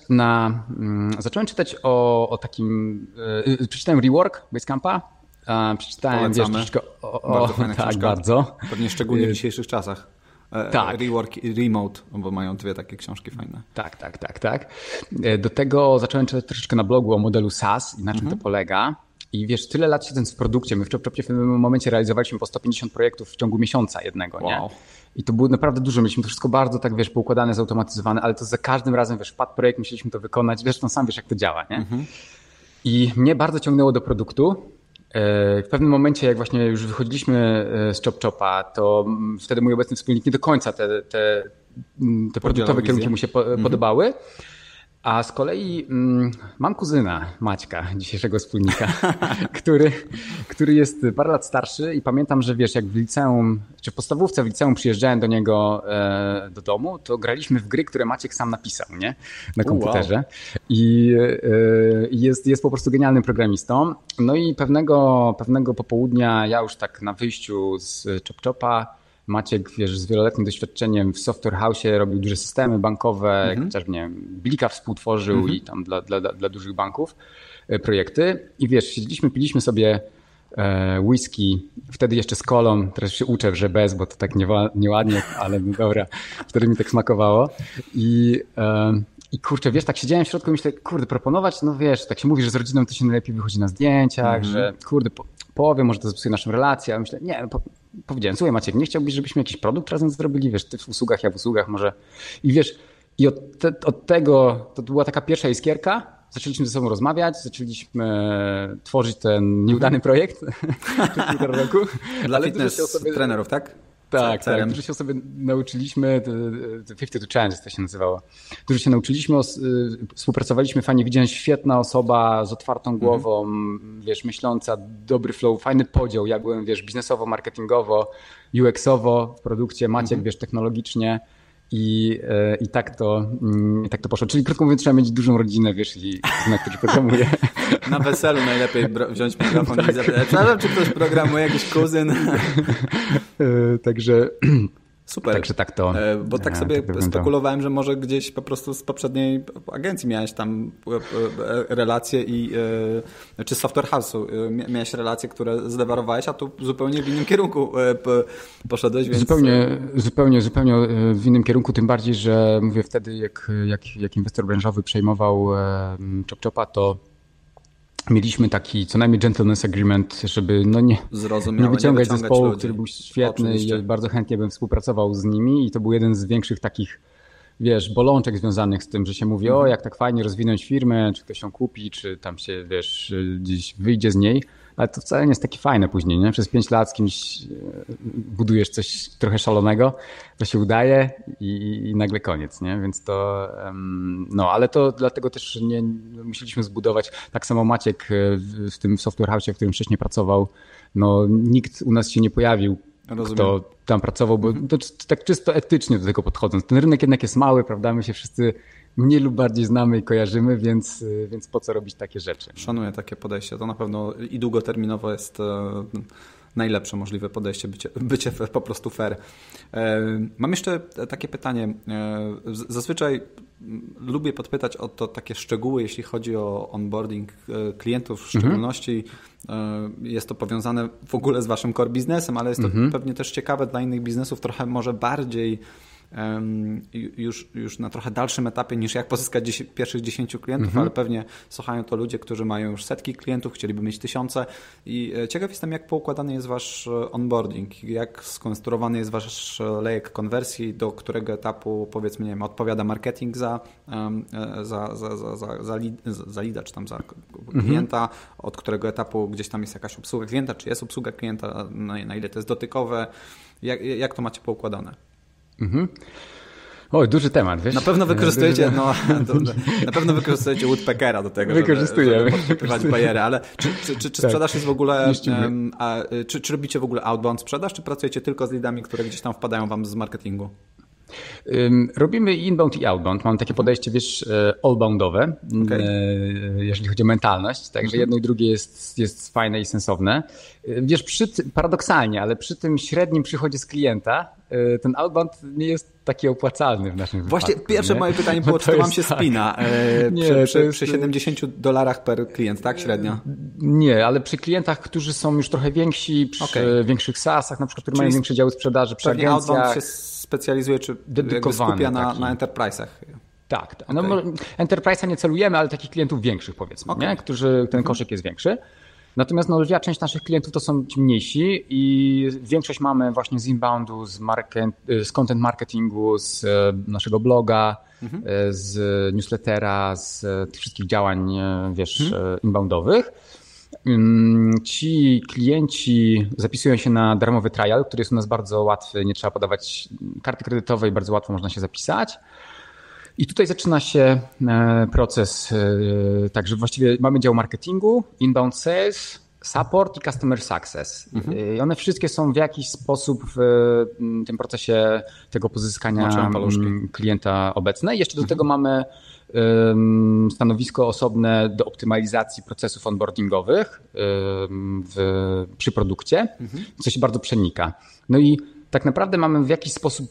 o takim, przeczytałem Rework Basecampa, przeczytałem troszeczkę bardzo fajna tak, książka. bardzo. Pewnie szczególnie w dzisiejszych czasach. Tak. Rework i Remote, bo mają 2 takie książki fajne. Tak. Do tego zacząłem czytać troszeczkę na blogu o modelu SaaS i na czym to polega. I wiesz, tyle lat siedząc w produkcie, my w ChopChopie w pewnym momencie realizowaliśmy po 150 projektów w ciągu miesiąca jednego, wow. Nie? I to było naprawdę dużo, mieliśmy to wszystko bardzo tak, wiesz, poukładane, zautomatyzowane, ale to za każdym razem, wiesz, wpadł projekt, musieliśmy to wykonać, wiesz, sam wiesz, jak to działa, nie? I mnie bardzo ciągnęło do produktu. W pewnym momencie, jak właśnie już wychodziliśmy z ChopChopa, to wtedy mój obecny wspólnik nie do końca te produktowe kierunki mu się podobały. A z kolei mam kuzyna Maćka, dzisiejszego wspólnika, który jest parę lat starszy i pamiętam, że wiesz, jak w liceum, czy w podstawówce w liceum przyjeżdżałem do niego do domu, to graliśmy w gry, które Maciek sam napisał, nie? Na komputerze. Wow. I jest po prostu genialnym programistą. No i pewnego popołudnia ja już tak na wyjściu z ChopChopa, Maciek, wiesz, z wieloletnim doświadczeniem w Software House robił duże systemy bankowe, chociażby, nie wiem, Blika współtworzył i tam dla dużych banków projekty. I wiesz, siedzieliśmy, piliśmy sobie whisky, wtedy jeszcze z kolą, teraz się uczę, że bez, bo to tak nieładnie, ale no dobra, wtedy mi tak smakowało. I kurczę, wiesz, tak siedziałem w środku i myślę, kurde, proponować, no wiesz, tak się mówi, że z rodziną to się najlepiej wychodzi na zdjęciach, że kurde, połowie może to zepsuje naszą relację, a myślę, nie, no, powiedziałem, słuchaj Maciek, nie chciałbyś, żebyśmy jakiś produkt razem zrobili, wiesz, ty w usługach, ja w usługach może. I wiesz, i od tego, to była taka pierwsza iskierka, zaczęliśmy ze sobą rozmawiać, zaczęliśmy tworzyć ten nieudany projekt przez półtora roku. Dla fitness trenerów, tak? Tak, dużo się sobie nauczyliśmy, 50 to Change to się nazywało. Dużo się nauczyliśmy, współpracowaliśmy, fajnie, widziałem, świetna osoba z otwartą głową, wiesz, myśląca, dobry flow, fajny podział. Ja byłem, wiesz, biznesowo, marketingowo, UX-owo w produkcie, Maciek, wiesz, technologicznie. I tak to poszło. Czyli krótko mówiąc, trzeba mieć dużą rodzinę, wiesz, i znak, który programuje. Na weselu najlepiej wziąć mikrofon i zapytać, przepraszam, czy ktoś programuje, jakiś kuzyn? Także... Super. Także tak to. Bo tak sobie spekulowałem, że może gdzieś po prostu z poprzedniej agencji miałeś tam relacje czy z Software House'u miałeś relacje, które zdewarowałeś, a tu zupełnie w innym kierunku poszedłeś, więc... Zupełnie w innym kierunku, tym bardziej, że mówię wtedy, jak inwestor branżowy przejmował ChopChopa, to mieliśmy taki co najmniej gentleman's agreement, żeby nie wyciągać zespołu, ludzi, który był świetny. I bardzo chętnie bym współpracował z nimi i to był jeden z większych takich, wiesz, bolączek związanych z tym, że się mówi, o jak tak fajnie rozwinąć firmę, czy ktoś ją kupi, czy tam się, wiesz, gdzieś wyjdzie z niej, ale to wcale nie jest takie fajne później, nie? Przez 5 lat z kimś budujesz coś trochę szalonego, to się udaje i nagle koniec, nie? Więc to, ale to dlatego też nie musieliśmy zbudować, tak samo Maciek w tym Software House, w którym wcześniej pracował, nikt u nas się nie pojawił, kto tam pracował, bo to tak czysto etycznie do tego podchodząc. Ten rynek jednak jest mały, prawda? My się wszyscy mniej lub bardziej znamy i kojarzymy, więc po co robić takie rzeczy? Szanuję takie podejście. To na pewno i długoterminowo jest najlepsze możliwe podejście, bycie po prostu fair. Mam jeszcze takie pytanie. Zazwyczaj lubię podpytać o to takie szczegóły, jeśli chodzi o onboarding klientów w szczególności. Jest to powiązane w ogóle z waszym core biznesem, ale jest to pewnie też ciekawe dla innych biznesów, trochę może bardziej już na trochę dalszym etapie niż jak pozyskać pierwszych 10 klientów, ale pewnie słuchają to ludzie, którzy mają już setki klientów, chcieliby mieć tysiące i ciekaw jestem, jak poukładany jest wasz onboarding, jak skonstruowany jest wasz lejek konwersji, do którego etapu, powiedzmy, nie wiem, odpowiada marketing za leada, czy tam za klienta, od którego etapu gdzieś tam jest jakaś obsługa klienta, czy jest obsługa klienta, na ile to jest dotykowe, jak to macie poukładane? Oj, duży temat, wiesz? Na pewno wykorzystujecie, na pewno wykorzystujecie Woodpeckera do tego, żeby podpytywać bajery, ale czy sprzedaż jest w ogóle, czy robicie w ogóle outbound sprzedaż, czy pracujecie tylko z leadami, które gdzieś tam wpadają wam z marketingu? Robimy inbound i outbound. Mam takie podejście, wiesz, allboundowe, jeżeli chodzi o mentalność. Także jedno i drugie jest fajne i sensowne. Wiesz, paradoksalnie, ale przy tym średnim przychodzie z klienta ten outbound nie jest taki opłacalny w naszym wypadku. Właśnie pierwsze moje pytanie było, czy to wam się spina przy $70 per klient, tak? Średnio? Nie, ale przy klientach, którzy są już trochę więksi, przy większych SaaS-ach, na przykład, które mają większe działy sprzedaży, przy agencjach. Outbound się specjalizuje, czy skupia na enterprise'ach? Tak. No, enterprise'a nie celujemy, ale takich klientów większych, powiedzmy, nie? Którzy ten koszyk jest większy. Natomiast lwia część naszych klientów to są ci mniejsi i większość mamy właśnie z inboundu, z content marketingu, z naszego bloga, z newslettera, z tych wszystkich działań, wiesz, inboundowych. Ci klienci zapisują się na darmowy trial, który jest u nas bardzo łatwy, nie trzeba podawać karty kredytowej, bardzo łatwo można się zapisać. I tutaj zaczyna się proces, także właściwie mamy dział marketingu, inbound sales, support i customer success. I one wszystkie są w jakiś sposób w tym procesie tego pozyskania klienta obecne. I jeszcze do tego mamy stanowisko osobne do optymalizacji procesów onboardingowych przy produkcie, co się bardzo przenika. No i tak naprawdę mamy w jakiś sposób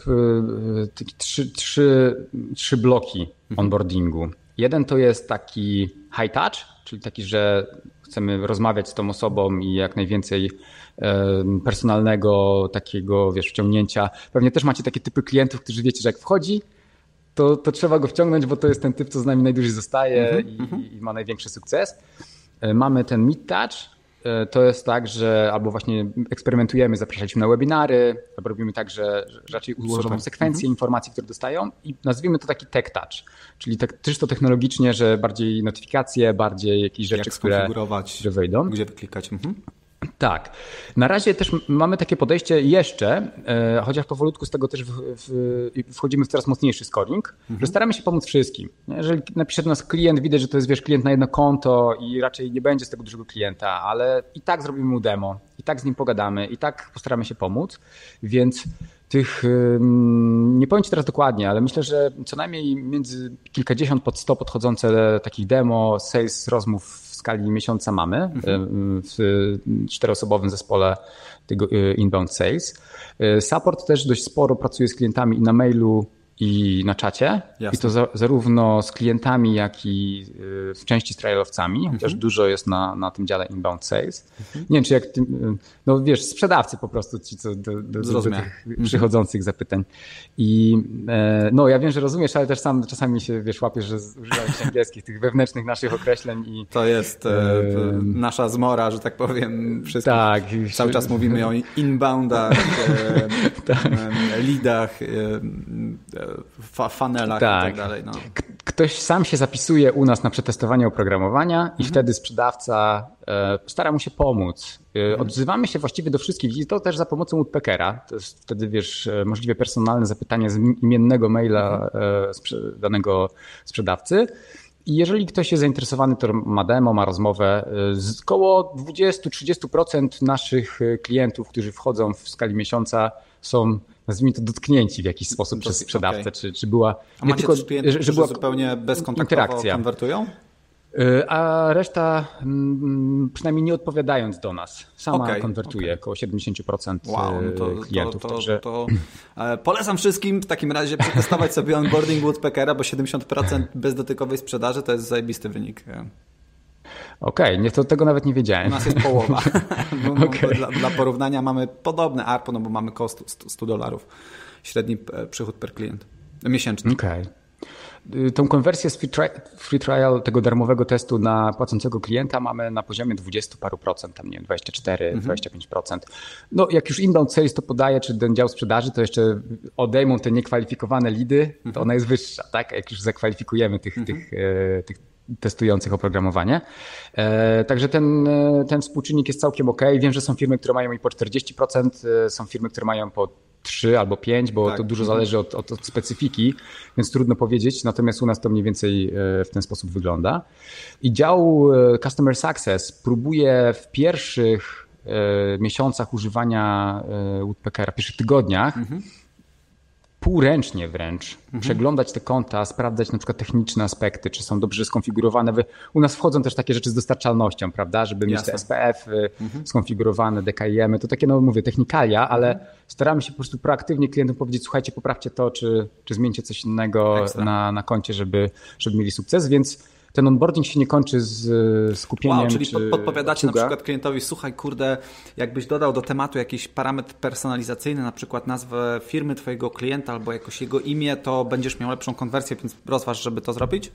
trzy bloki onboardingu. Jeden to jest taki high touch, czyli taki, że chcemy rozmawiać z tą osobą i jak najwięcej personalnego takiego, wiesz, wciągnięcia. Pewnie też macie takie typy klientów, którzy wiecie, że jak wchodzi, to trzeba go wciągnąć, bo to jest ten typ, co z nami najdłużej zostaje i ma największy sukces. Mamy ten mid touch, to jest tak, że albo właśnie eksperymentujemy, zapraszaliśmy na webinary, albo robimy tak, że raczej ułożoną sekwencję informacji, które dostają i nazwijmy to taki tech touch, czyli tak czysto technologicznie, że bardziej notyfikacje, bardziej jakieś rzeczy, które wejdą. Gdzie wyklikać. Tak. Na razie też mamy takie podejście jeszcze, chociaż powolutku z tego też wchodzimy w coraz mocniejszy scoring, że staramy się pomóc wszystkim. Jeżeli napisze do nas klient, widać, że to jest klient na jedno konto i raczej nie będzie z tego dużego klienta, ale i tak zrobimy mu demo, i tak z nim pogadamy, i tak postaramy się pomóc, więc tych, nie powiem Ci teraz dokładnie, ale myślę, że co najmniej między kilkadziesiąt pod 100 podchodzące takich demo, sales, rozmów w skali miesiąca mamy w 4-osobowym zespole tego inbound sales. Support też dość sporo pracuje z klientami i na mailu, i na czacie. Jasne. I to zarówno z klientami, jak i w części z trialowcami, chociaż dużo jest na tym dziale inbound sales. Nie wiem, czy jak ty, no wiesz, sprzedawcy po prostu ci, co do tych przychodzących zapytań. I no ja wiem, że rozumiesz, ale też sam czasami się, wiesz, łapiesz, że używam angielskich, tych wewnętrznych naszych określeń. I to jest nasza zmora, że tak powiem, wszystkich. Tak. Cały czas mówimy o inboundach, leadach, funnelach i tak dalej. No. Ktoś sam się zapisuje u nas na przetestowanie oprogramowania i wtedy sprzedawca stara mu się pomóc. Odzywamy się właściwie do wszystkich i to też za pomocą Woodpeckera. To jest wtedy, wiesz, możliwie personalne zapytanie z imiennego maila danego sprzedawcy. I jeżeli ktoś jest zainteresowany, to ma demo, ma rozmowę. Około 20-30% naszych klientów, którzy wchodzą w skali miesiąca, są, nazwijmy to, dotknięci w jakiś sposób przez sprzedawcę. Okay. Czy była... A macie też klientów, że była zupełnie bezkontaktowo konwertują? A reszta, przynajmniej nie odpowiadając do nas, sama konwertuje, około 70% klientów. To polecam wszystkim w takim razie przetestować sobie onboarding Woodpeckera, bo 70% bezdotykowej sprzedaży to jest zajebisty wynik. Okej, nie, to tego nawet nie wiedziałem. U nas jest połowa. Dla porównania mamy podobne ARPU, no bo mamy koszt $100. Średni przychód per klient miesięczny. Okej. Tą konwersję z free trial, tego darmowego testu na płacącego klienta mamy na poziomie 20 paru procent, tam nie wiem, 24-25%. No jak już inbound sales to podaje, czy ten dział sprzedaży, to jeszcze odejmą te niekwalifikowane lidy, to ona jest wyższa, tak? Jak już zakwalifikujemy tych testujących oprogramowanie. Także ten współczynnik jest całkiem ok. Wiem, że są firmy, które mają i po 40%, są firmy, które mają po 3 albo 5, bo to dużo zależy od specyfiki, więc trudno powiedzieć, natomiast u nas to mniej więcej w ten sposób wygląda. I dział Customer Success próbuje w pierwszych miesiącach używania Woodpeckera, w pierwszych tygodniach, półręcznie wręcz przeglądać te konta, sprawdzać na przykład techniczne aspekty, czy są dobrze skonfigurowane. U nas wchodzą też takie rzeczy z dostarczalnością, prawda, żeby mieć te SPF skonfigurowane, DKIM-y, to takie, no mówię, technikalia, ale staramy się po prostu proaktywnie klientom powiedzieć, słuchajcie, poprawcie to, czy zmieńcie coś innego na koncie, żeby mieli sukces, więc ten onboarding się nie kończy z skupieniem. Wow, czyli podpowiadacie na przykład klientowi, słuchaj, kurde, jakbyś dodał do tematu jakiś parametr personalizacyjny, na przykład nazwę firmy twojego klienta albo jakoś jego imię, to będziesz miał lepszą konwersję, więc rozważ, żeby to zrobić?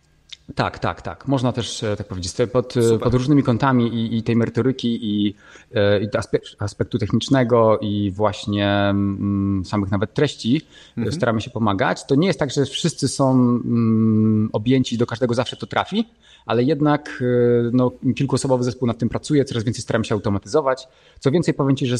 Tak. Można też tak powiedzieć. Pod różnymi kątami i tej merytoryki i aspektu technicznego i właśnie samych nawet treści staramy się pomagać. To nie jest tak, że wszyscy są objęci, do każdego zawsze to trafi, ale jednak kilkuosobowy zespół nad tym pracuje, coraz więcej staramy się automatyzować. Co więcej, powiem Ci, że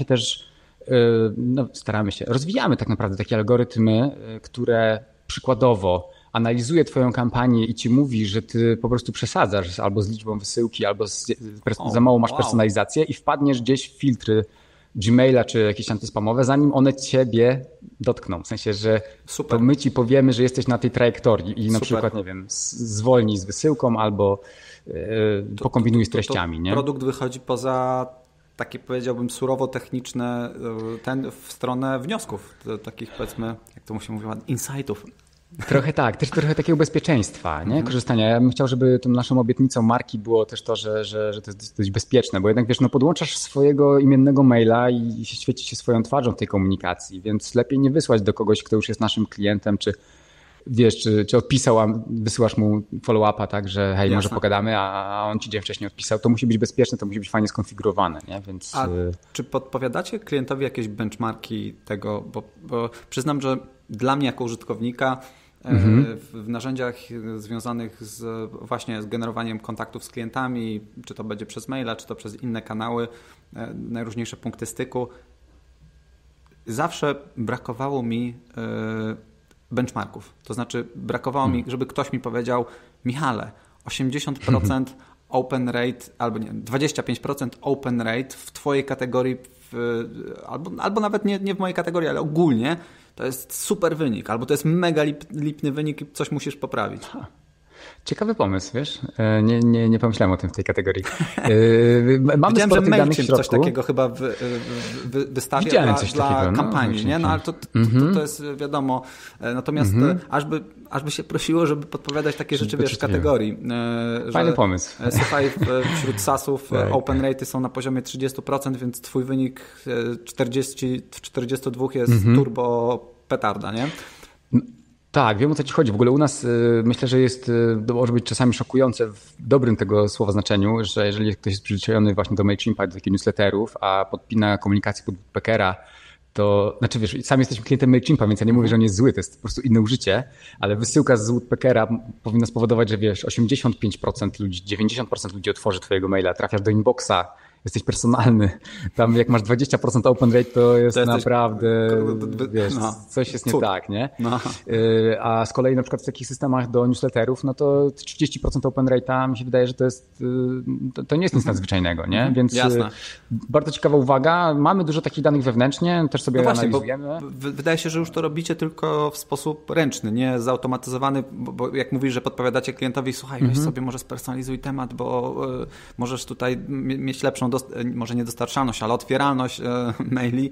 rozwijamy tak naprawdę takie algorytmy, które przykładowo analizuje twoją kampanię i ci mówi, że ty po prostu przesadzasz albo z liczbą wysyłki, albo za mało masz personalizację i wpadniesz gdzieś w filtry Gmaila czy jakieś antyspamowe, zanim one ciebie dotkną. W sensie, że to my ci powiemy, że jesteś na tej trajektorii i na przykład, nie wiem, zwolnij z wysyłką albo pokombinuj z treściami. Nie? Produkt wychodzi poza takie, powiedziałbym, surowo techniczne, w stronę wniosków, takich, powiedzmy, jak to się mówi, insightów. Trochę tak, też trochę takiego bezpieczeństwa, nie? Korzystania. Ja bym chciał, żeby tą naszą obietnicą marki było też to, że to jest dość bezpieczne, bo jednak wiesz, podłączasz swojego imiennego maila i świeci się swoją twarzą w tej komunikacji, więc lepiej nie wysłać do kogoś, kto już jest naszym klientem, czy wiesz, czy odpisał, a wysyłasz mu follow-upa, tak, że hej, Jasne. może pogadamy, a on ci dzień wcześniej odpisał. To musi być bezpieczne, to musi być fajnie skonfigurowane, nie? Więc... A czy podpowiadacie klientowi jakieś benchmarki tego, bo przyznam, że dla mnie jako użytkownika w narzędziach związanych właśnie z generowaniem kontaktów z klientami, czy to będzie przez maila, czy to przez inne kanały, najróżniejsze punkty styku, zawsze brakowało mi benchmarków. To znaczy brakowało mi, żeby ktoś mi powiedział: Michale, 80% open rate, albo nie, 25% open rate w twojej kategorii, albo nawet nie w mojej kategorii, ale ogólnie to jest super wynik, albo to jest mega lipny wynik i coś musisz poprawić. Ciekawy pomysł, wiesz? Nie pomyślałem o tym w tej kategorii. Mamy Widziałem, sporo że tych danych w MailChimp środku. coś takiego chyba wystawia Widziałem coś dla takiego, no, kampanii, nie? No ale to jest wiadomo. Natomiast ażby się prosiło, żeby podpowiadać takie rzeczy, wiesz, w kategorii. Fajny pomysł. Słuchaj, wśród SaaS-ów open rate'y są na poziomie 30%, więc twój wynik 42 jest turbo petarda, nie? Tak, wiem, o co ci chodzi. W ogóle u nas myślę, że może być czasami szokujące w dobrym tego słowa znaczeniu, że jeżeli ktoś jest przyzwyczajony właśnie do MailChimpa, do takich newsletterów, a podpina komunikację pod Woodpeckera, to, znaczy wiesz, sami jesteśmy klientem MailChimpa, więc ja nie mówię, że on jest zły, to jest po prostu inne użycie, ale wysyłka z Woodpeckera powinna spowodować, że wiesz, 85% ludzi, 90% ludzi otworzy twojego maila, trafiasz do inboxa, jesteś personalny. Tam jak masz 20% open rate, to jest naprawdę, wiesz, coś jest nie tak, nie? No. A z kolei na przykład w takich systemach do newsletterów, no to 30% open rate'a mi się wydaje, że to nie jest nic nadzwyczajnego, nie? Więc jasne. Bardzo ciekawa uwaga. Mamy dużo takich danych wewnętrznie, też sobie analizujemy. Bo wydaje się, że już to robicie tylko w sposób ręczny, nie zautomatyzowany, bo jak mówisz, że podpowiadacie klientowi, słuchaj, weź sobie może spersonalizuj temat, bo możesz tutaj mieć lepszą może nie dostarczalność, ale otwieralność maili,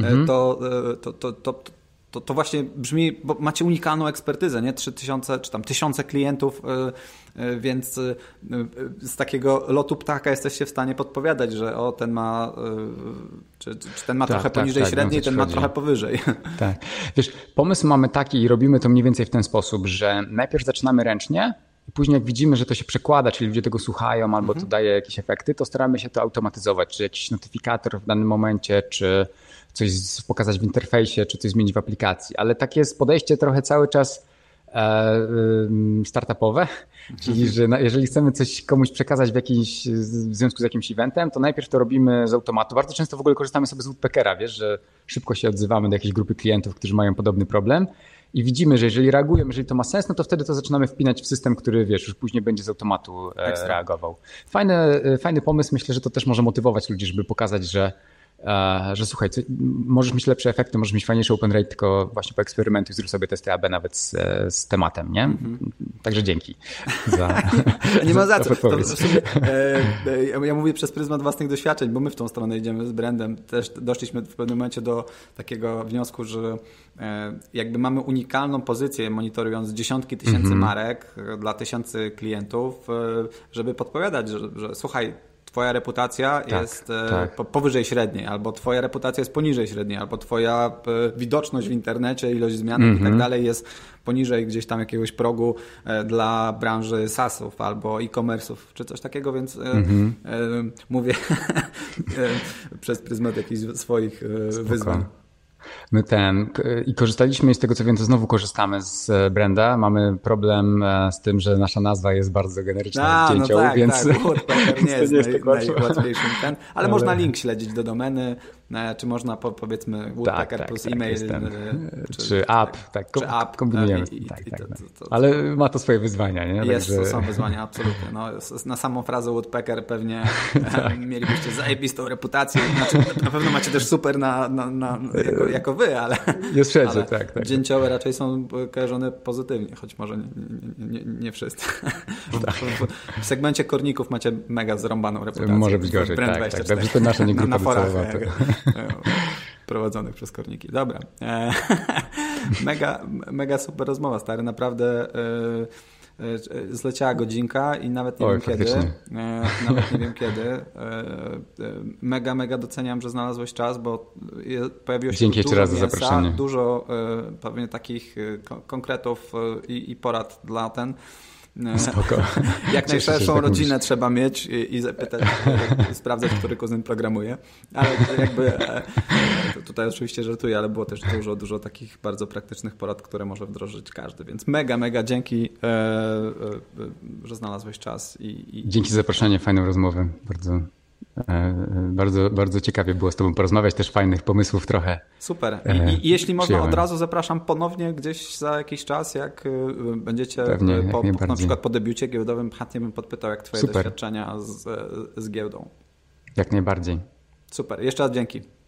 to właśnie brzmi, bo macie unikalną ekspertyzę, nie? 3000 czy tam 1000 klientów, więc z takiego lotu ptaka jesteście w stanie podpowiadać, że ten ma czy ten ma trochę poniżej średniej, ten ma trochę powyżej. Tak. Wiesz, pomysł mamy taki i robimy to mniej więcej w ten sposób, że najpierw zaczynamy ręcznie, i później jak widzimy, że to się przekłada, czyli ludzie tego słuchają albo to daje jakieś efekty, to staramy się to automatyzować, czy jakiś notyfikator w danym momencie, czy coś pokazać w interfejsie, czy coś zmienić w aplikacji. Ale takie jest podejście trochę cały czas startupowe, czyli że jeżeli chcemy coś komuś przekazać w związku z jakimś eventem, to najpierw to robimy z automatu. Bardzo często w ogóle korzystamy sobie z Woodpeckera, wiesz, że szybko się odzywamy do jakiejś grupy klientów, którzy mają podobny problem. I widzimy, że jeżeli reagujemy, jeżeli to ma sens, no to wtedy to zaczynamy wpinać w system, który wiesz, już później będzie z automatu reagował. Fajny pomysł, myślę, że to też może motywować ludzi, żeby pokazać, że słuchaj, możesz mieć lepsze efekty, możesz mieć fajniejszy open rate, tylko właśnie poeksperymentuj, zrób sobie testy AB nawet z tematem, nie? Także dzięki za nie ma za co. To w sumie, ja mówię przez pryzmat własnych doświadczeń, bo my w tą stronę idziemy z brandem. Też doszliśmy w pewnym momencie do takiego wniosku, że jakby mamy unikalną pozycję, monitorując dziesiątki tysięcy marek dla tysięcy klientów, żeby podpowiadać, że słuchaj, twoja reputacja jest powyżej średniej, albo twoja reputacja jest poniżej średniej, albo twoja widoczność w internecie, ilość zmian i tak dalej jest poniżej gdzieś tam jakiegoś progu dla branży SaaS-ów albo e-commerce'ów, czy coś takiego, więc mówię przez pryzmat jakichś swoich wyzwań. My i korzystaliśmy z tego, co wiem, to znowu korzystamy z branda. Mamy problem z tym, że nasza nazwa jest bardzo generyczna zdjęcią, więc Woodpecker nie jest najłatwiejszym ale można link śledzić do domeny, czy można powiedzmy Woodpecker plus e-mail, czy app, kombinujemy. Ale ma to swoje wyzwania, nie? To są wyzwania, absolutnie. No, na samą frazę Woodpecker pewnie mielibyście zajebistą reputację, znaczy na pewno macie też super jako wy, ale jest wszędzie, tak. Dzięciowe raczej są kojarzone pozytywnie, choć może nie wszyscy. W segmencie korników macie mega zrąbaną reputację. Może być gorzej, tak. Dobrze, to nasza nie grupa na forach prowadzonych przez korniki. Dobra. Mega super rozmowa, stary. Naprawdę zleciała godzinka i nawet nie wiem kiedy. Nawet nie wiem kiedy. Mega doceniam, że znalazłeś czas, bo pojawiło się Dzięki jeszcze raz za mięsa, zaproszenie. dużo pewnie takich konkretów i porad dla Spoko. Jak najszerszą rodzinę trzeba mieć i zapytać, sprawdzać, który kuzyn programuje. Ale jakby tutaj oczywiście żartuję, ale było też dużo takich bardzo praktycznych porad, które może wdrożyć każdy. Więc mega dzięki, że znalazłeś czas. Dzięki za zaproszenie, fajną rozmowę. Bardzo ciekawie było z tobą porozmawiać, też fajnych pomysłów trochę. Super. I jeśli można, od razu zapraszam ponownie gdzieś za jakiś czas, jak będziecie pewnie, na przykład po debiucie giełdowym, chętnie bym podpytał, jak twoje doświadczenia z giełdą. Jak najbardziej. Super. Jeszcze raz dzięki.